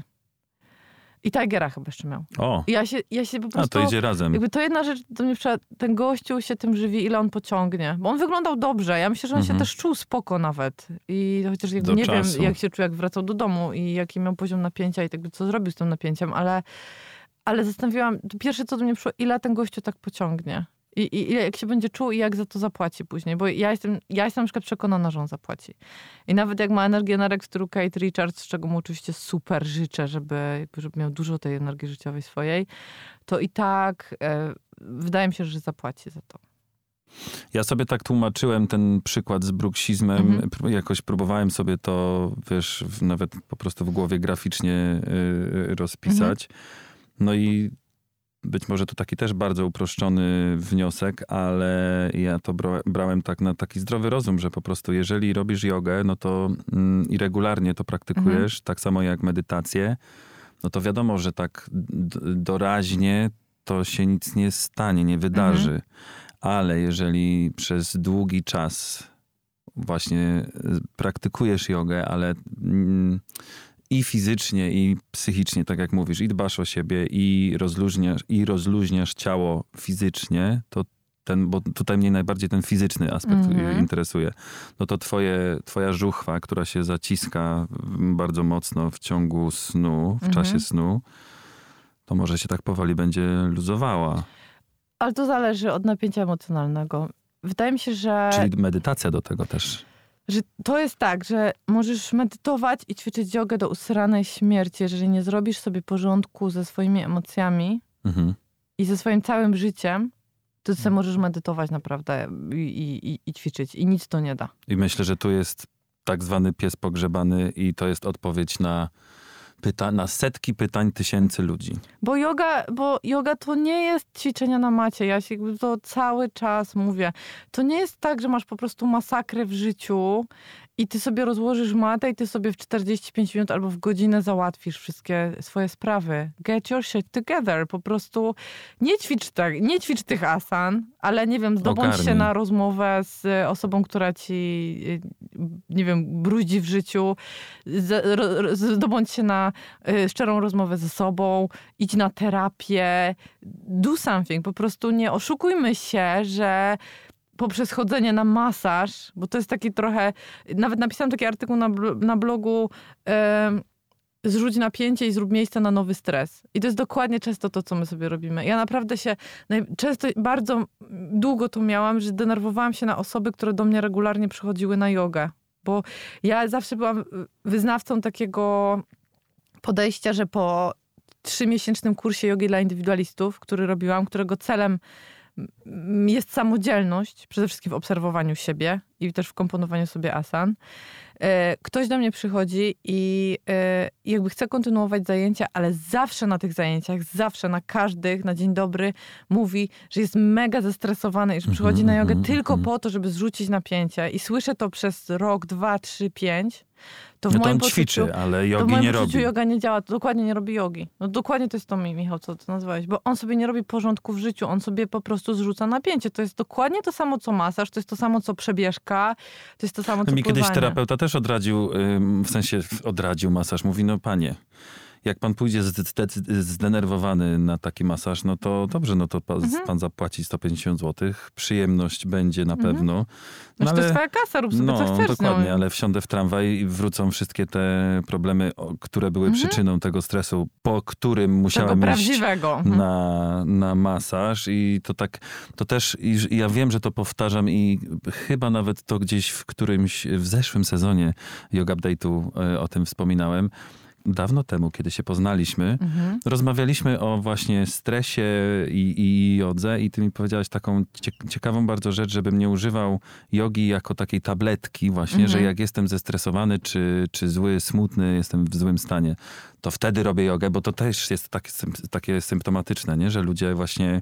I Tigera chyba jeszcze miał. O, I ja się, ja się po a prostu... to idzie razem. Jakby to jedna rzecz, do mnie przyszła, ten gościu się tym żywi, ile on pociągnie. Bo on wyglądał dobrze. Ja myślę, że on Mhm. się też czuł spoko nawet. I chociaż jakby Do nie czasu. wiem, jak się czuł, jak wracał do domu i jaki miał poziom napięcia i tak, co zrobił z tym napięciem, ale, ale zastanawiałam, to pierwsze co do mnie przyszło, ile ten gościu tak pociągnie. I, i ile, jak się będzie czuł i jak za to zapłaci później. Bo ja jestem, ja jestem na przykład przekonana, że on zapłaci. I nawet jak ma energię na rek w stylu Kate Richards, z czego mu oczywiście super życzę, żeby, jakby, żeby miał dużo tej energii życiowej swojej, to i tak e, wydaje mi się, że zapłaci za to. Ja sobie tak tłumaczyłem ten przykład z bruksizmem. Mhm. Pró- Jakoś próbowałem sobie to, wiesz, w, nawet po prostu w głowie graficznie y, rozpisać. No i być może to taki też bardzo uproszczony wniosek, ale ja to bra- brałem tak na taki zdrowy rozum, że po prostu jeżeli robisz jogę, no to mm, i regularnie to praktykujesz, tak samo jak medytację, no to wiadomo, że tak d- doraźnie to się nic nie stanie, nie wydarzy. Ale jeżeli przez długi czas właśnie praktykujesz jogę, ale mm, i fizycznie, i psychicznie, tak jak mówisz, i dbasz o siebie, i rozluźniasz, i rozluźniasz ciało fizycznie, to ten, bo tutaj mnie najbardziej ten fizyczny aspekt Mhm. interesuje, no to twoje, twoja żuchwa, która się zaciska bardzo mocno w ciągu snu, w Mhm. czasie snu, to może się tak powoli będzie luzowała. Ale to zależy od napięcia emocjonalnego. Wydaje mi się, że... Czyli medytacja do tego też. że to jest tak, że możesz medytować i ćwiczyć jogę do usranej śmierci, jeżeli nie zrobisz sobie porządku ze swoimi emocjami Mhm. i ze swoim całym życiem, to ty sobie możesz medytować naprawdę i, i, i ćwiczyć i nic to nie da. I myślę, że tu jest tak zwany pies pogrzebany i to jest odpowiedź na, pyta- na setki pytań tysięcy ludzi. Bo yoga, bo yoga to nie jest ćwiczenia na macie. Ja się jakby to cały czas mówię. To nie jest tak, że masz po prostu masakrę w życiu i ty sobie rozłożysz matę i ty sobie w czterdzieści pięć minut albo w godzinę załatwisz wszystkie swoje sprawy. Get your shit together. Po prostu nie ćwicz, tak, nie ćwicz tych asan, ale nie wiem, zdobądź Ogarnij. się na rozmowę z osobą, która ci nie wiem, bruździ w życiu, z, ro, zdobądź się na y, szczerą rozmowę ze sobą, idź na terapię, do something. Po prostu nie oszukujmy się, że poprzez chodzenie na masaż, bo to jest taki trochę, nawet napisałam taki artykuł na, na blogu, y, zrzuć napięcie i zrób miejsce na nowy stres. I to jest dokładnie często to, co my sobie robimy. Ja naprawdę się, często, bardzo długo to miałam, że denerwowałam się na osoby, które do mnie regularnie przychodziły na jogę. Bo ja zawsze byłam wyznawcą takiego podejścia, że po trzymiesięcznym kursie jogi dla indywidualistów, który robiłam, którego celem jest samodzielność, przede wszystkim w obserwowaniu siebie i też w komponowaniu sobie asan. Ktoś do mnie przychodzi i jakby chce kontynuować zajęcia, ale zawsze na tych zajęciach, zawsze na każdych, na dzień dobry mówi, że jest mega zestresowany i że przychodzi na jogę tylko po to, żeby zrzucić napięcie. I słyszę to przez rok, dwa, trzy, pięć. To w no to moim on poczuciu, ćwiczy, ale jogi w moim nie poczuciu robi. Joga nie działa, to dokładnie nie robi jogi. No dokładnie to jest to, Michał, co ty nazwałeś. Bo on sobie nie robi porządku w życiu, on sobie po prostu zrzuca napięcie. To jest dokładnie to samo, co masaż, to jest to samo, co przebieżka, to jest to samo, co Mi pływanie. kiedyś terapeuta też odradził, w sensie odradził masaż. Mówi, no panie, jak pan pójdzie zdenerwowany na taki masaż, no to dobrze, no to pan, mhm. pan zapłaci sto pięćdziesiąt złotych. Przyjemność będzie na mhm. pewno. No, no ale, to jest twoja kasa, rób sobie no, co chcesz. dokładnie, no. ale wsiądę w tramwaj i wrócą wszystkie te problemy, które były mhm. przyczyną tego stresu, po którym musiałem tego iść prawdziwego. na, na masaż. I to tak, to też, i ja wiem, że to powtarzam i chyba nawet to gdzieś w którymś, w zeszłym sezonie Yoga Update'u o tym wspominałem. Dawno temu, kiedy się poznaliśmy, mhm. rozmawialiśmy o właśnie stresie i, i jodze i ty mi powiedziałaś taką ciekawą bardzo rzecz, żebym nie używał jogi jako takiej tabletki właśnie, mhm. że jak jestem zestresowany, czy, czy zły, smutny, jestem w złym stanie, to wtedy robię jogę, bo to też jest takie, takie symptomatyczne, nie? Że ludzie właśnie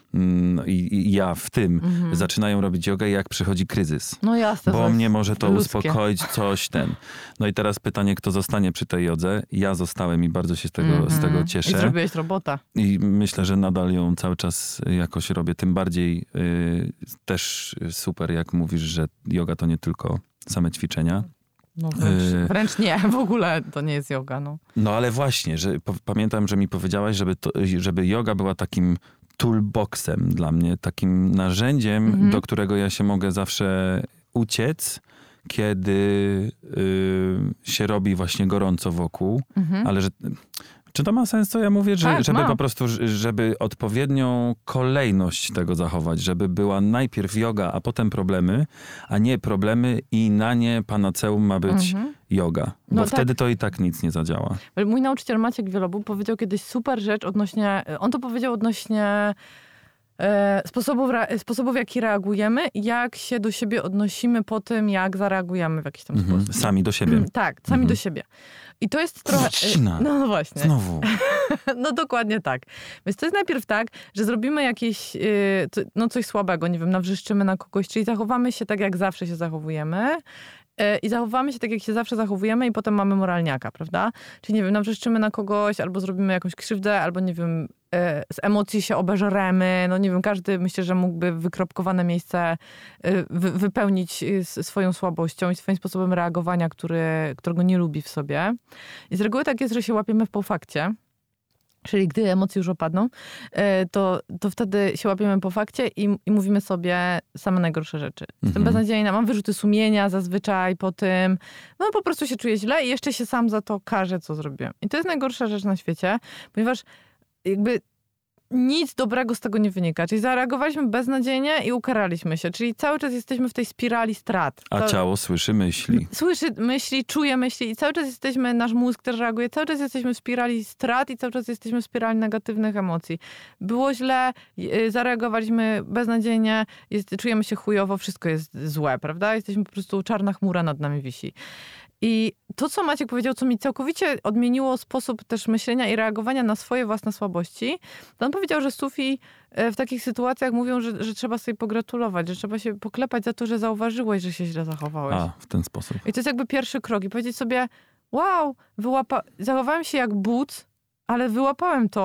I, i ja w tym mhm. zaczynają robić jogę, jak przychodzi kryzys. No jasne. Bo mnie może to ludzkie. uspokoić, coś ten. No i teraz pytanie, kto zostanie przy tej jodze? Ja zostałem i bardzo się z tego, mhm. z tego cieszę. I zrobiłeś robota. I myślę, że nadal ją cały czas jakoś robię. Tym bardziej y, też super, jak mówisz, że joga to nie tylko same ćwiczenia. No wręcz, wręcz nie, w ogóle to nie jest joga. No, no ale właśnie, że po, pamiętam, że mi powiedziałaś, żeby, to, żeby joga była takim toolboxem dla mnie, takim narzędziem, mhm. do którego ja się mogę zawsze uciec, kiedy y, się robi właśnie gorąco wokół, mhm. ale że... Czy to ma sens, co ja mówię? Że, tak, żeby ma. po prostu, żeby odpowiednią kolejność tego zachować, żeby była najpierw joga, a potem problemy, a nie problemy i na nie panaceum ma być mhm. joga. Bo no wtedy tak. to i tak nic nie zadziała. Mój nauczyciel Maciek Wielobół powiedział kiedyś super rzecz odnośnie, on to powiedział odnośnie e, sposobów, sposobów, w jaki reagujemy, jak się do siebie odnosimy po tym, jak zareagujemy w jakiś tam mhm. sposób. Sami do siebie. Mm, tak, sami mhm. do siebie. I to jest trochę... Zaczyna. No, no właśnie. Znowu. No dokładnie tak. Więc to jest najpierw tak, że zrobimy jakieś, yy, no coś słabego, nie wiem, nawrzeszczymy na kogoś, czyli zachowamy się tak, jak zawsze się zachowujemy yy, i zachowamy się tak, jak się zawsze zachowujemy i potem mamy moralniaka, prawda? Czyli nie wiem, nawrzeszczymy na kogoś, albo zrobimy jakąś krzywdę, albo nie wiem, yy, z emocji się obeżremy, no nie wiem, każdy myślę, że mógłby wykropkowane miejsce yy, wy, wypełnić yy, swoją słabością i swoim sposobem reagowania, który, którego nie lubi w sobie. I z reguły tak jest, że się łapiemy w półfakcie. Czyli gdy emocje już opadną, to, to wtedy się łapiemy po fakcie i, i mówimy sobie same najgorsze rzeczy. Jestem mhm. beznadziejna, mam wyrzuty sumienia zazwyczaj po tym. No po prostu się czuję źle i jeszcze się sam za to karzę, co zrobiłem. I to jest najgorsza rzecz na świecie, ponieważ jakby nic dobrego z tego nie wynika. Czyli zareagowaliśmy beznadziejnie i ukaraliśmy się. Czyli cały czas jesteśmy w tej spirali strat. A to... ciało słyszy myśli. Słyszy myśli, czuje myśli i cały czas jesteśmy, nasz mózg też reaguje, cały czas jesteśmy w spirali strat i cały czas jesteśmy w spirali negatywnych emocji. Było źle, zareagowaliśmy beznadziejnie, jest, czujemy się chujowo, wszystko jest złe, prawda? Jesteśmy po prostu, czarna chmura nad nami wisi. I to, co Maciek powiedział, co mi całkowicie odmieniło sposób też myślenia i reagowania na swoje własne słabości, to on powiedział, że Sufi w takich sytuacjach mówią, że, że trzeba sobie pogratulować, że trzeba się poklepać za to, że zauważyłeś, że się źle zachowałeś. A, w ten sposób. I to jest jakby pierwszy krok i powiedzieć sobie, wow, wyłapa- zachowałem się jak but, ale wyłapałem to,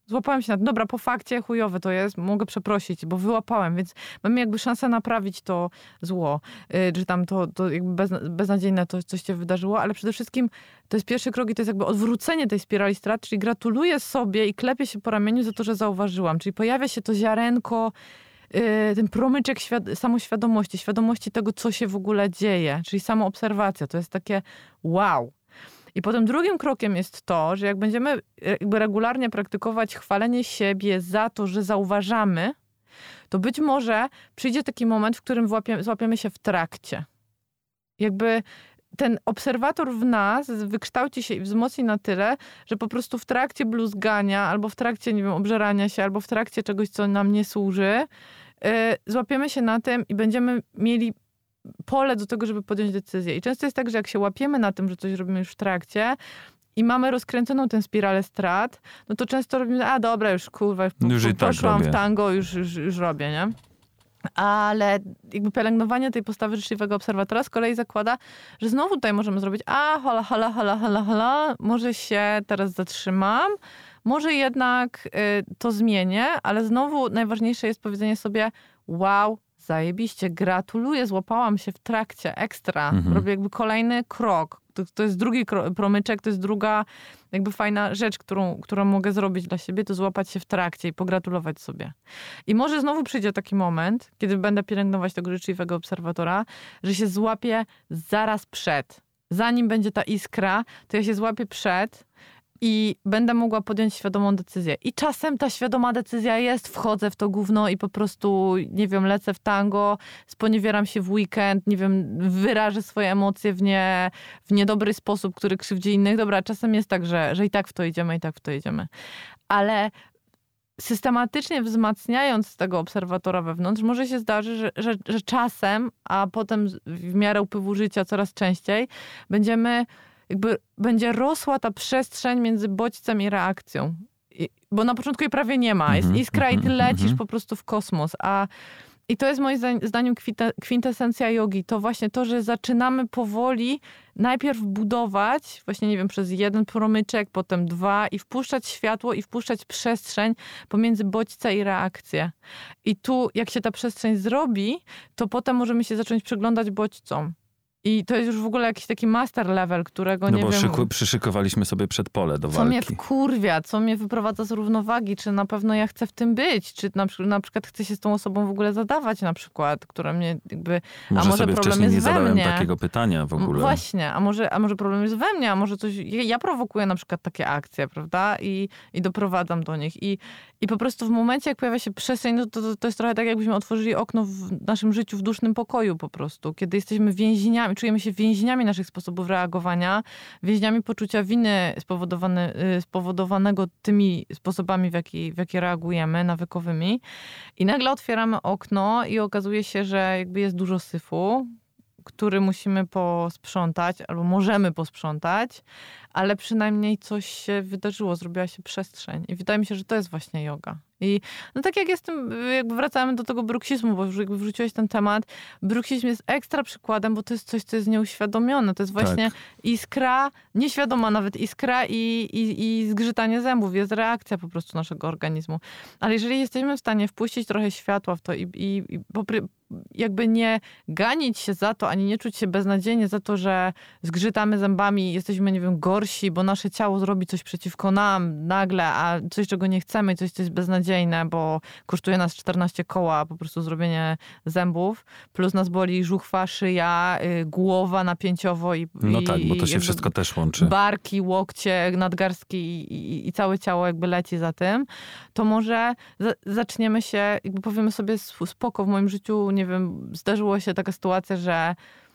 złapałem się na, dobra, po fakcie chujowe to jest, mogę przeprosić, bo wyłapałem, więc mam jakby szansę naprawić to zło, yy, czy tam to, to jakby bez, beznadziejne to coś się wydarzyło, ale przede wszystkim to jest pierwszy krok i to jest jakby odwrócenie tej spirali strat, czyli gratuluję sobie i klepię się po ramieniu za to, że zauważyłam, czyli pojawia się to ziarenko, yy, ten promyczek świad- samoświadomości, świadomości tego, co się w ogóle dzieje, czyli samoobserwacja, to jest takie wow. I potem drugim krokiem jest to, że jak będziemy jakby regularnie praktykować chwalenie siebie za to, że zauważamy, to być może przyjdzie taki moment, w którym złapiemy, złapiemy się w trakcie. Jakby ten obserwator w nas wykształci się i wzmocni na tyle, że po prostu w trakcie bluzgania, albo w trakcie, nie wiem, obżerania się, albo w trakcie czegoś, co nam nie służy, yy, złapiemy się na tym i będziemy mieli pole do tego, żeby podjąć decyzję. I często jest tak, że jak się łapiemy na tym, że coś robimy już w trakcie i mamy rozkręconą tę spiralę strat, no to często robimy, a dobra, już kurwa, już, już po, i tak poszłam robię. w tango, już, już, już robię, nie? Ale jakby pielęgnowanie tej postawy życzliwego obserwatora z kolei zakłada, że znowu tutaj możemy zrobić, a hola, hola, hola, hola, hola, może się teraz zatrzymam, może jednak y, to zmienię, ale znowu najważniejsze jest powiedzenie sobie, wow, zajebiście, gratuluję, złapałam się w trakcie, ekstra. Mhm. Robię jakby kolejny krok. To, to jest drugi kro- promyczek, to jest druga jakby fajna rzecz, którą, którą mogę zrobić dla siebie, to złapać się w trakcie i pogratulować sobie. I może znowu przyjdzie taki moment, kiedy będę pielęgnować tego życzliwego obserwatora, że się złapię zaraz przed. Zanim będzie ta iskra, to ja się złapię przed i będę mogła podjąć świadomą decyzję. I czasem ta świadoma decyzja jest, wchodzę w to gówno i po prostu, nie wiem, lecę w tango, sponiewieram się w weekend, nie wiem, wyrażę swoje emocje w, nie, w niedobry sposób, który krzywdzi innych. Dobra, czasem jest tak, że, że i tak w to idziemy, i tak w to idziemy. Ale systematycznie wzmacniając tego obserwatora wewnątrz, może się zdarzy, że, że, że czasem, a potem w miarę upływu życia coraz częściej, będziemy jakby będzie rosła ta przestrzeń między bodźcem i reakcją. I, bo na początku jej prawie nie ma. Jest iskra i ty lecisz po prostu w kosmos. A, I to jest moim zdaniem kwintesencja jogi. To właśnie to, że zaczynamy powoli najpierw budować, właśnie nie wiem, przez jeden promyczek, potem dwa i wpuszczać światło i wpuszczać przestrzeń pomiędzy bodźce i reakcję. I tu, jak się ta przestrzeń zrobi, to potem możemy się zacząć przyglądać bodźcom. I to jest już w ogóle jakiś taki master level, którego no nie bo wiem... Szyku, przyszykowaliśmy sobie przedpole do co walki. Co mnie wkurwia, co mnie wyprowadza z równowagi, czy na pewno ja chcę w tym być, czy na, na przykład chcę się z tą osobą w ogóle zadawać na przykład, która mnie jakby... Może, a może sobie problem wcześniej jest nie we zadałem mnie. takiego pytania w ogóle. Właśnie, a może, a może problem jest we mnie, a może coś... Ja, ja prowokuję na przykład takie akcje, prawda? I, i doprowadzam do nich. I, I po prostu w momencie, jak pojawia się przestrzeń, no to, to, to jest trochę tak, jakbyśmy otworzyli okno w naszym życiu w dusznym pokoju po prostu. Kiedy jesteśmy więźniami, czujemy się więźniami naszych sposobów reagowania, więźniami poczucia winy spowodowane, spowodowanego tymi sposobami, w jaki, w jakie reagujemy, nawykowymi. I nagle otwieramy okno i okazuje się, że jakby jest dużo syfu, który musimy posprzątać, albo możemy posprzątać, ale przynajmniej coś się wydarzyło, zrobiła się przestrzeń. I wydaje mi się, że to jest właśnie joga. I no tak jak jestem, jakby wracamy do tego bruksizmu, bo już jakby wrzuciłeś ten temat, bruksizm jest ekstra przykładem, bo to jest coś, co jest nieuświadomione. To jest właśnie tak. iskra, nieświadoma nawet iskra i, i, i zgrzytanie zębów. Jest reakcja po prostu naszego organizmu. Ale jeżeli jesteśmy w stanie wpuścić trochę światła w to i, i, i popry, jakby nie ganić się za to, ani nie czuć się beznadziejnie za to, że zgrzytamy zębami i jesteśmy, nie wiem, gorsi, bo nasze ciało zrobi coś przeciwko nam nagle, a coś, czego nie chcemy, coś, co jest beznadziejne, bo kosztuje nas czternaście koła po prostu zrobienie zębów, plus nas boli żuchwa, szyja, yy, głowa napięciowo i No tak, bo to się wszystko też łączy. Barki, łokcie, nadgarstki i, i, i całe ciało jakby leci za tym, to może za, zaczniemy się, jakby powiemy sobie spoko, w moim życiu, nie wiem, zdarzyło się taka sytuacja, że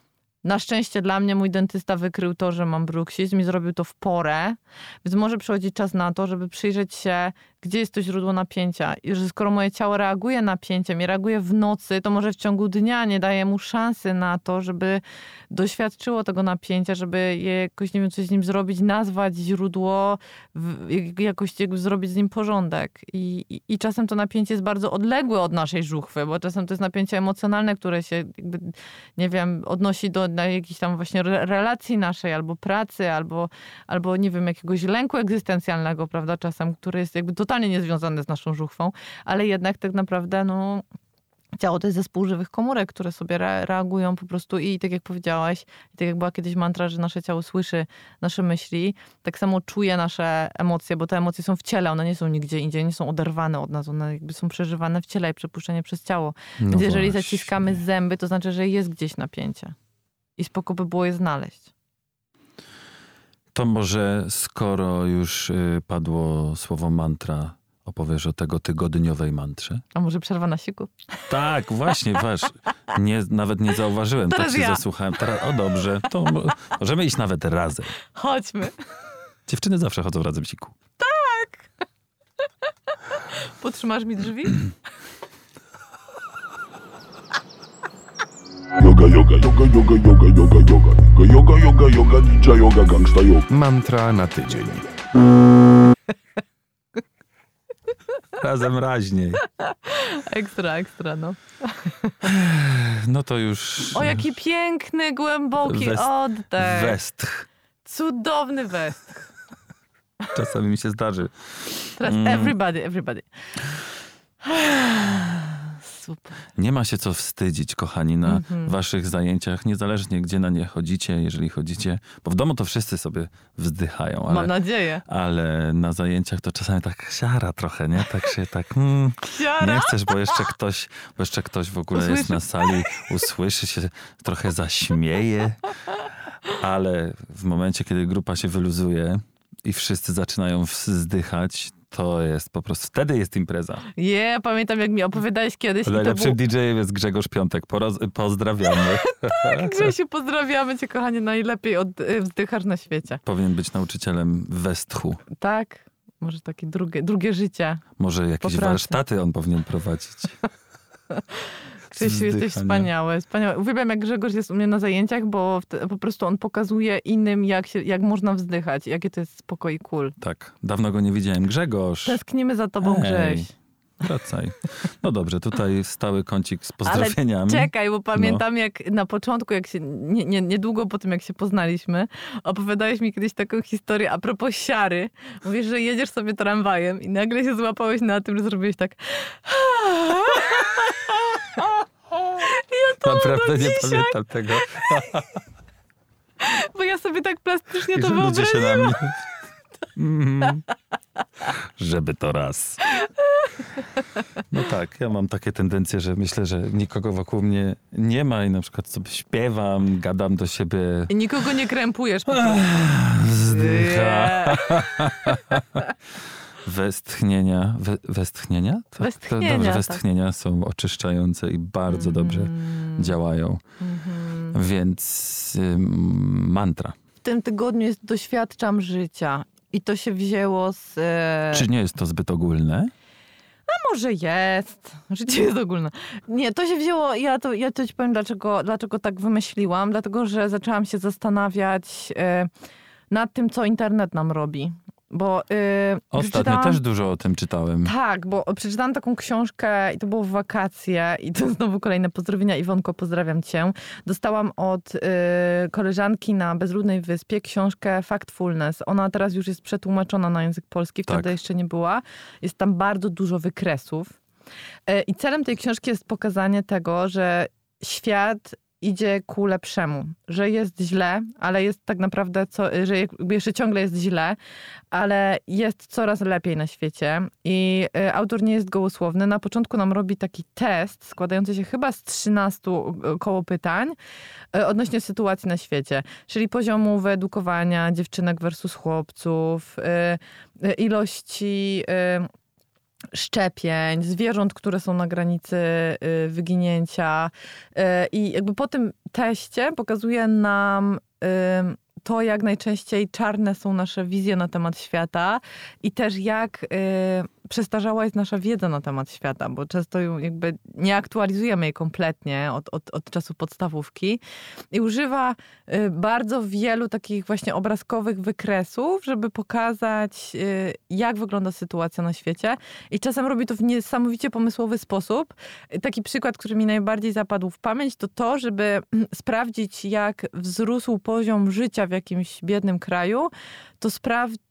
na szczęście dla mnie mój dentysta wykrył to, że mam bruksizm i zrobił to w porę, więc może przychodzi czas na to, żeby przyjrzeć się, gdzie jest to źródło napięcia. I że skoro moje ciało reaguje napięciem i reaguje w nocy, to może w ciągu dnia nie daje mu szansy na to, żeby doświadczyło tego napięcia, żeby jakoś, nie wiem, coś z nim zrobić, nazwać źródło, jakoś jakby zrobić z nim porządek. I, i, I czasem to napięcie jest bardzo odległe od naszej żuchwy, bo czasem to jest napięcie emocjonalne, które się jakby, nie wiem, odnosi do na jakiejś tam właśnie relacji naszej, albo pracy, albo, albo nie wiem, jakiegoś lęku egzystencjalnego, prawda, czasem, który jest jakby totalnie totalnie niezwiązane z naszą żuchwą, ale jednak tak naprawdę, no... Ciało to jest zespół żywych komórek, które sobie re- reagują po prostu i tak jak powiedziałaś, i tak jak była kiedyś mantra, że nasze ciało słyszy nasze myśli, tak samo czuje nasze emocje, bo te emocje są w ciele, one nie są nigdzie indziej, nie są oderwane od nas, one jakby są przeżywane w ciele i przepuszczenie przez ciało. No Więc jeżeli właśnie. zaciskamy zęby, to znaczy, że jest gdzieś napięcie. I spoko by było je znaleźć. To może skoro już y, padło słowo mantra, opowiesz o tego tygodniowej mantrze? A może przerwa na siku? Tak, właśnie, wasz. Nie, nawet nie zauważyłem, Teraz tak się ja. zasłuchałem. Teraz, o dobrze, to mo- możemy iść nawet razem. Chodźmy. Dziewczyny zawsze chodzą razem, siku. Potrzymasz mi drzwi? Yoga, yoga, yoga, yoga, yoga, yoga, yoga. Yoga, yoga, yoga, ninja yoga, gangsta yoga. Mantra na tydzień. Razem raźniej. Ekstra, ekstra, no. No to już... O, jaki piękny, głęboki West- oddech. Westch. Cudowny westch. Czasami mi się zdarzy. Teraz Mm. everybody, everybody. Super. Nie ma się co wstydzić, kochani, na Mhm. waszych zajęciach, niezależnie gdzie na nie chodzicie, jeżeli chodzicie, bo w domu to wszyscy sobie wzdychają, Mam ale, nadzieję. ale na zajęciach to czasami tak siara trochę, nie? Tak się tak, mm, Siara? nie chcesz, bo jeszcze ktoś, bo jeszcze ktoś w ogóle jest Usłyszy. na sali, usłyszy się, trochę zaśmieje, ale w momencie, kiedy grupa się wyluzuje i wszyscy zaczynają wzdychać, to jest po prostu, wtedy jest impreza. Je, pamiętam jak mi opowiadałeś kiedyś. i to Najlepszym był... D J-em jest Grzegorz Piątek. Poroz- pozdrawiamy. Grzesiu, pozdrawiamy cię, kochanie, najlepiej od y, wzdychasz na świecie. Powinien być nauczycielem westchu. Tak? Może takie drugie, drugie życie. Może jakieś pracy. warsztaty on powinien prowadzić. Grzesiu, jesteś Wzdychanie. wspaniały, wspaniały. Uwielbiam, jak Grzegorz jest u mnie na zajęciach, bo wte- po prostu on pokazuje innym, jak, się, jak można wzdychać, jakie to jest spoko i cool. Tak, dawno go nie widziałem. Grzegorz, Tęsknimy za tobą, Ej. Grześ. wracaj. No dobrze, tutaj stały kącik z pozdrowieniami. Czekaj, bo No. pamiętam jak na początku, jak się, nie, nie, niedługo po tym jak się poznaliśmy, opowiadałeś mi kiedyś taką historię a propos siary. Mówisz, że jedziesz sobie tramwajem i nagle się złapałeś na tym, że zrobiłeś tak. Ja to Naprawdę nie dzisiaj, pamiętam tego. bo ja sobie tak plastycznie I to że ludzie się wyobraziłam. na mnie... Mhm. Żeby to raz. No tak, ja mam takie tendencje, że myślę, że nikogo wokół mnie nie ma i na przykład sobie śpiewam, gadam do siebie. I nikogo nie krępujesz po prostu. Wzdycha. Nie. Westchnienia. We, westchnienia? To, Westchnienia, to dobrze, tak. westchnienia są oczyszczające i bardzo dobrze Mm. działają. Mhm. Więc ym, mantra. W tym tygodniu jest doświadczam życia. I to się wzięło z... e, Czy nie jest to zbyt ogólne? Może jest. Życie jest ogólne. Nie, to się wzięło, ja to, ja to ci powiem, dlaczego, dlaczego tak wymyśliłam. Dlatego, że zaczęłam się zastanawiać e, nad tym, co internet nam robi. Bo e, Ostatnio przeczytałam- też dużo o tym czytałem. Tak, bo przeczytałam taką książkę i to było w wakacje i to znowu kolejne pozdrowienia. Iwonko, pozdrawiam cię. Dostałam od y, koleżanki na Bezludnej Wyspie książkę Factfulness. Ona teraz już jest przetłumaczona na język polski, wtedy Tak. jeszcze nie była. Jest tam bardzo dużo wykresów. Y, I celem tej książki jest pokazanie tego, że świat idzie ku lepszemu, że jest źle, ale jest tak naprawdę, co, że jakby jeszcze ciągle jest źle, ale jest coraz lepiej na świecie i y, autor nie jest gołosłowny. Na początku nam robi taki test składający się chyba z trzynastu y, koło pytań y, odnośnie sytuacji na świecie, czyli poziomu wyedukowania dziewczynek versus chłopców, y, y, ilości y, szczepień, zwierząt, które są na granicy y, wyginięcia. Y, I jakby po tym teście pokazuje nam y, to, jak najczęściej czarne są nasze wizje na temat świata i też jak y, przestarzała jest nasza wiedza na temat świata, bo często ją jakby nie aktualizujemy jej kompletnie od, od, od czasu podstawówki i używa y, bardzo wielu takich właśnie obrazkowych wykresów, żeby pokazać, y, jak wygląda sytuacja na świecie i czasem robi to w niesamowicie pomysłowy sposób. Y, Taki przykład, który mi najbardziej zapadł w pamięć, to to, żeby sprawdzić, jak wzrósł poziom życia w jakimś biednym kraju, to sprawdź,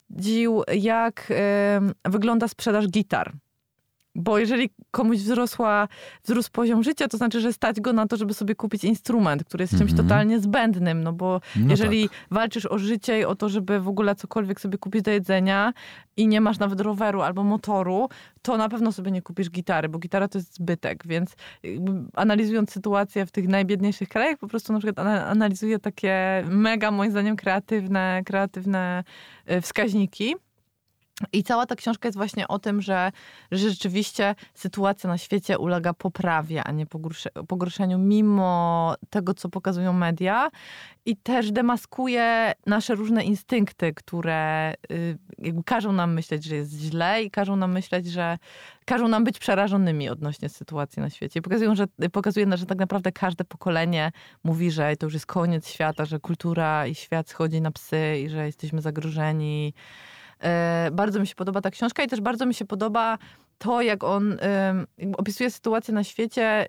sprawdził, jak y, wygląda sprzedaż gitar. Bo jeżeli komuś wzrosła, wzrósł poziom życia, to znaczy, że stać go na to, żeby sobie kupić instrument, który jest czymś mm-hmm. totalnie zbędnym. No bo no jeżeli tak. walczysz o życie i o to, żeby w ogóle cokolwiek sobie kupić do jedzenia i nie masz nawet roweru albo motoru, to na pewno sobie nie kupisz gitary, bo gitara to jest zbytek. Więc analizując sytuację w tych najbiedniejszych krajach, po prostu na przykład analizuję takie mega, moim zdaniem, kreatywne, kreatywne wskaźniki. I cała ta książka jest właśnie o tym, że, że rzeczywiście sytuacja na świecie ulega poprawie, a nie pogorszeniu mimo tego, co pokazują media. I też demaskuje nasze różne instynkty, które y, jakby każą nam myśleć, że jest źle i każą nam myśleć, że każą nam być przerażonymi odnośnie sytuacji na świecie. I pokazują, że, pokazuje, że tak naprawdę każde pokolenie mówi, że to już jest koniec świata, że kultura i świat schodzi na psy i że jesteśmy zagrożeni. Bardzo mi się podoba ta książka i też bardzo mi się podoba to, jak on jakby opisuje sytuację na świecie,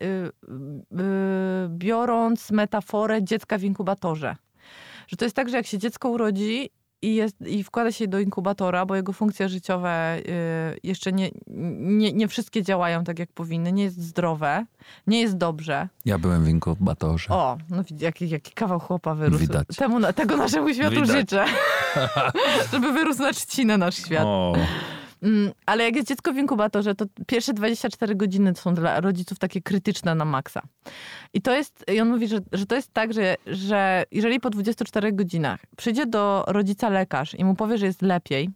biorąc metaforę dziecka w inkubatorze. Że to jest tak, że jak się dziecko urodzi i, jest, i wkłada się do inkubatora, bo jego funkcje życiowe jeszcze nie, nie, nie wszystkie działają tak, jak powinny, nie jest zdrowe, nie jest dobrze. Ja byłem w inkubatorze. O, no jaki, jaki kawał chłopa wyrósł. Widać. Temu, tego naszemu światu Widać. życzę. Żeby wyrósł na trzcinę nasz świat. O. Ale jak jest dziecko w inkubatorze, to pierwsze dwadzieścia cztery godziny są dla rodziców takie krytyczne na maksa. I to jest, i on mówi, że, że to jest tak, że, że jeżeli po dwudziestu czterech godzinach przyjdzie do rodzica lekarz i mu powie, że jest lepiej,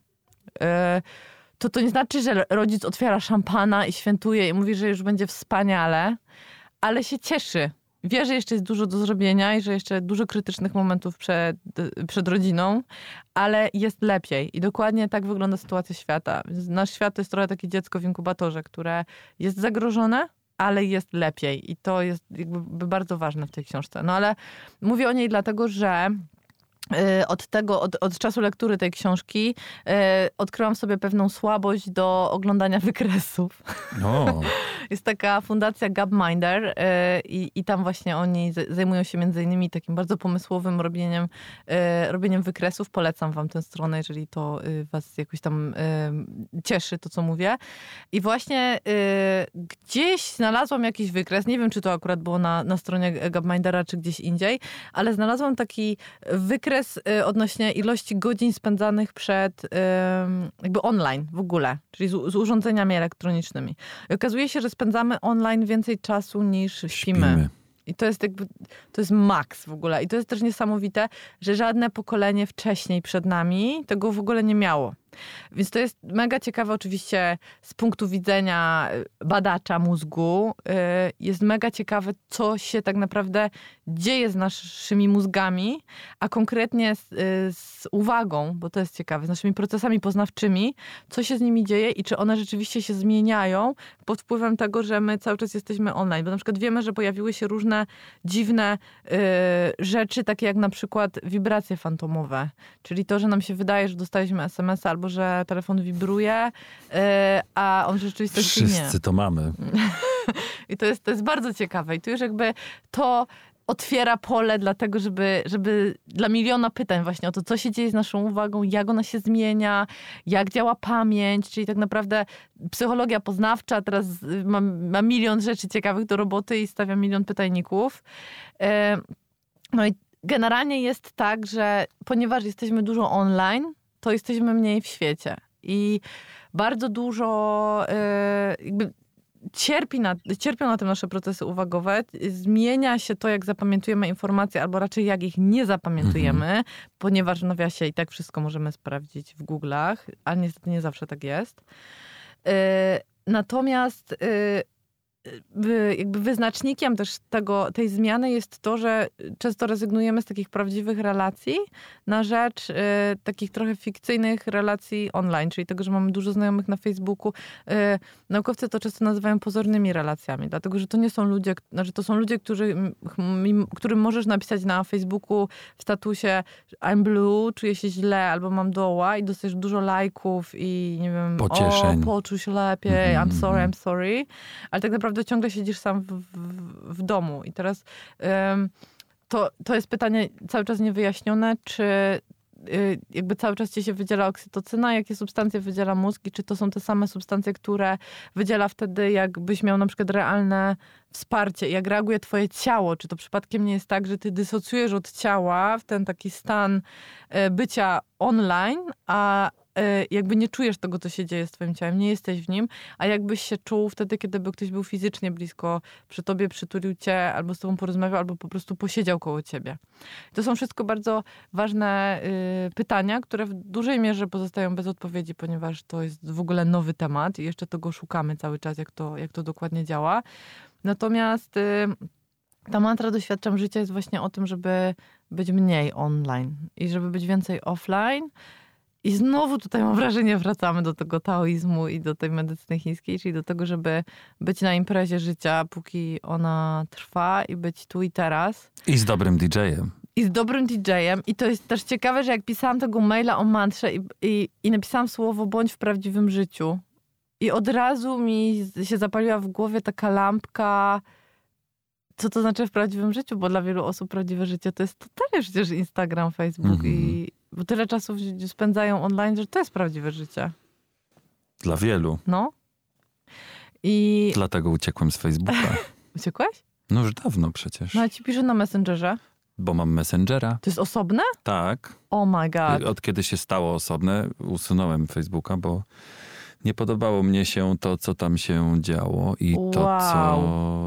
to to nie znaczy, że rodzic otwiera szampana i świętuje i mówi, że już będzie wspaniale, ale się cieszy. Wie, że jeszcze jest dużo do zrobienia i że jeszcze dużo krytycznych momentów przed, przed rodziną, ale jest lepiej. I dokładnie tak wygląda sytuacja świata. Nasz świat to jest trochę takie dziecko w inkubatorze, które jest zagrożone, ale jest lepiej. I to jest jakby bardzo ważne w tej książce. No ale mówię o niej dlatego, że od tego, od, od czasu lektury tej książki e, odkryłam sobie pewną słabość do oglądania wykresów. No. Jest taka fundacja Gapminder e, i, i tam właśnie oni z, zajmują się między innymi takim bardzo pomysłowym robieniem, e, robieniem wykresów. Polecam wam tę stronę, jeżeli to e, was jakoś tam e, cieszy, to co mówię. I właśnie e, gdzieś znalazłam jakiś wykres, nie wiem, czy to akurat było na, na stronie Gapmindera, czy gdzieś indziej, ale znalazłam taki wykres odnośnie ilości godzin spędzanych przed jakby online w ogóle, czyli z, z urządzeniami elektronicznymi. I okazuje się, że spędzamy online więcej czasu niż śpimy. śpimy. I to jest jakby, to jest maks w ogóle. I to jest też niesamowite, że żadne pokolenie wcześniej przed nami tego w ogóle nie miało. Więc to jest mega ciekawe oczywiście z punktu widzenia badacza mózgu. Jest mega ciekawe, co się tak naprawdę dzieje z naszymi mózgami, a konkretnie z, z uwagą, bo to jest ciekawe, z naszymi procesami poznawczymi, co się z nimi dzieje i czy one rzeczywiście się zmieniają pod wpływem tego, że my cały czas jesteśmy online. Bo na przykład wiemy, że pojawiły się różne dziwne y, rzeczy, takie jak na przykład wibracje fantomowe. Czyli to, że nam się wydaje, że dostaliśmy es em es a albo że telefon wibruje, yy, a on w rzeczywistości nie. Wszyscy to mamy. I to jest, to jest bardzo ciekawe. I tu już jakby to otwiera pole dlatego, żeby, żeby dla miliona pytań właśnie o to, co się dzieje z naszą uwagą, jak ona się zmienia, jak działa pamięć, czyli tak naprawdę psychologia poznawcza teraz ma, ma milion rzeczy ciekawych do roboty i stawia milion pytajników. Yy, no i generalnie jest tak, że ponieważ jesteśmy dużo online, to jesteśmy mniej w świecie. I bardzo dużo yy, jakby cierpi na, cierpią na tym nasze procesy uwagowe. Zmienia się to, jak zapamiętujemy informacje, albo raczej jak ich nie zapamiętujemy, mhm. ponieważ w nawiasie i tak wszystko możemy sprawdzić w Google'ach, ale niestety nie zawsze tak jest. Yy, natomiast yy, jakby wyznacznikiem też tego, tej zmiany jest to, że często rezygnujemy z takich prawdziwych relacji na rzecz y, takich trochę fikcyjnych relacji online, czyli tego, że mamy dużo znajomych na Facebooku. Y, naukowcy to często nazywają pozornymi relacjami, dlatego, że to nie są ludzie, znaczy to są ludzie, którzy, m, którym możesz napisać na Facebooku w statusie I'm blue, czuję się źle, albo mam doła i dostajesz dużo lajków i nie wiem, pocieszeń. O, poczuj się lepiej, I'm sorry, I'm sorry. Ale tak naprawdę ciągle siedzisz sam w, w, w domu. I teraz um, to, to jest pytanie cały czas niewyjaśnione, czy y, jakby cały czas ci się wydziela oksytocyna, jakie substancje wydziela mózg i czy to są te same substancje, które wydziela wtedy, jakbyś miał na przykład realne wsparcie. Jak reaguje twoje ciało, czy to przypadkiem nie jest tak, że ty dysocjujesz od ciała w ten taki stan y, bycia online, a jakby nie czujesz tego, co się dzieje z twoim ciałem, nie jesteś w nim, a jakbyś się czuł wtedy, kiedy by ktoś był fizycznie blisko przy tobie, przytulił cię, albo z tobą porozmawiał, albo po prostu posiedział koło ciebie. To są wszystko bardzo ważne y, pytania, które w dużej mierze pozostają bez odpowiedzi, ponieważ to jest w ogóle nowy temat i jeszcze tego szukamy cały czas, jak to, jak to dokładnie działa. Natomiast y, ta mantra doświadczam życia jest właśnie o tym, żeby być mniej online i żeby być więcej offline. I znowu tutaj mam wrażenie, wracamy do tego taoizmu i do tej medycyny chińskiej, czyli do tego, żeby być na imprezie życia, póki ona trwa i być tu i teraz. I z dobrym didżejem. I z dobrym didżejem. I to jest też ciekawe, że jak pisałam tego maila o mantrze i, i, i napisałam słowo bądź w prawdziwym życiu. I od razu mi się zapaliła w głowie taka lampka, co to znaczy w prawdziwym życiu, bo dla wielu osób prawdziwe życie to jest totalnie przecież Instagram, Facebook mm-hmm. i bo tyle czasu spędzają online, że to jest prawdziwe życie. Dla wielu. No. I... Dlatego uciekłem z Facebooka. Uciekłeś? No już dawno przecież. No ale ci piszę na Messengerze. Bo mam Messengera. To jest osobne? Tak. Oh my god. Od kiedy się stało osobne, usunąłem Facebooka, bo nie podobało mnie się to, co tam się działo i wow. to, co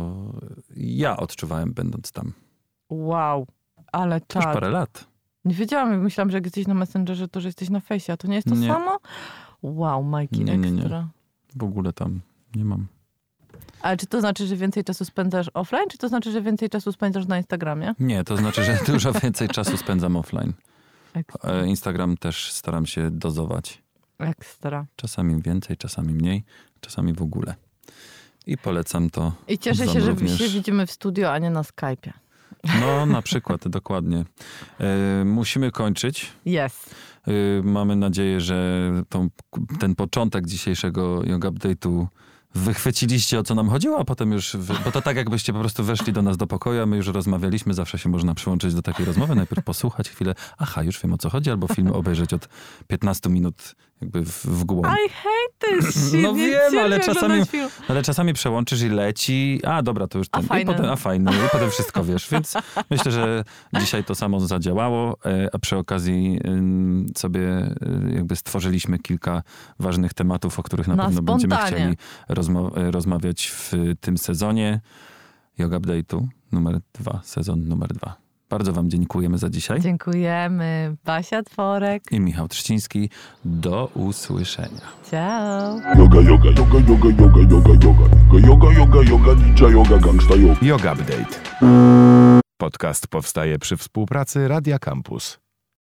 ja odczuwałem, będąc tam. Wow. Ale czad. Już parę lat. Nie wiedziałam, myślałam, że jak jesteś na Messengerze, to że jesteś na fejsie, a to nie jest to nie. samo? Wow, Majki, nie, nie, ekstra. Nie. W ogóle tam nie mam. Ale czy to znaczy, że więcej czasu spędzasz offline, czy to znaczy, że więcej czasu spędzasz na Instagramie? Nie, to znaczy, że dużo więcej czasu spędzam offline. Ekstra. Instagram też staram się dozować. Ekstra. Czasami więcej, czasami mniej, czasami w ogóle. I polecam to. I cieszę się, również. że się widzimy w studio, a nie na Skype'ie. No, na przykład, dokładnie. E, musimy kończyć. Jest. E, mamy nadzieję, że tą, ten początek dzisiejszego Yoga Update'u wychwyciliście, o co nam chodziło, a potem już, bo to tak jakbyście po prostu weszli do nas do pokoju, a my już rozmawialiśmy, zawsze się można przyłączyć do takiej rozmowy, najpierw posłuchać chwilę, aha, już wiem, o co chodzi, albo film obejrzeć od piętnastu minut jakby w, w głąb. I hate this shit. No wiem, ale czasami, film. ale czasami przełączysz i leci, a dobra, to już ten, a fajne. I potem, a fajny, i potem wszystko wiesz, więc myślę, że dzisiaj to samo zadziałało, a przy okazji sobie jakby stworzyliśmy kilka ważnych tematów, o których na, na pewno spontanie. będziemy chcieli rozma- rozmawiać w tym sezonie Yoga Update'u numer dwa, sezon numer dwa. Bardzo wam dziękujemy za dzisiaj. Dziękujemy. Basia Tworek. I Michał Trzciński. Do usłyszenia. Ciao. Yoga, yoga, yoga, yoga, yoga, yoga, yoga. Yoga, yoga, yoga, ninja yoga, gangsta yoga. Yoga Update. Podcast powstaje przy współpracy Radia Campus.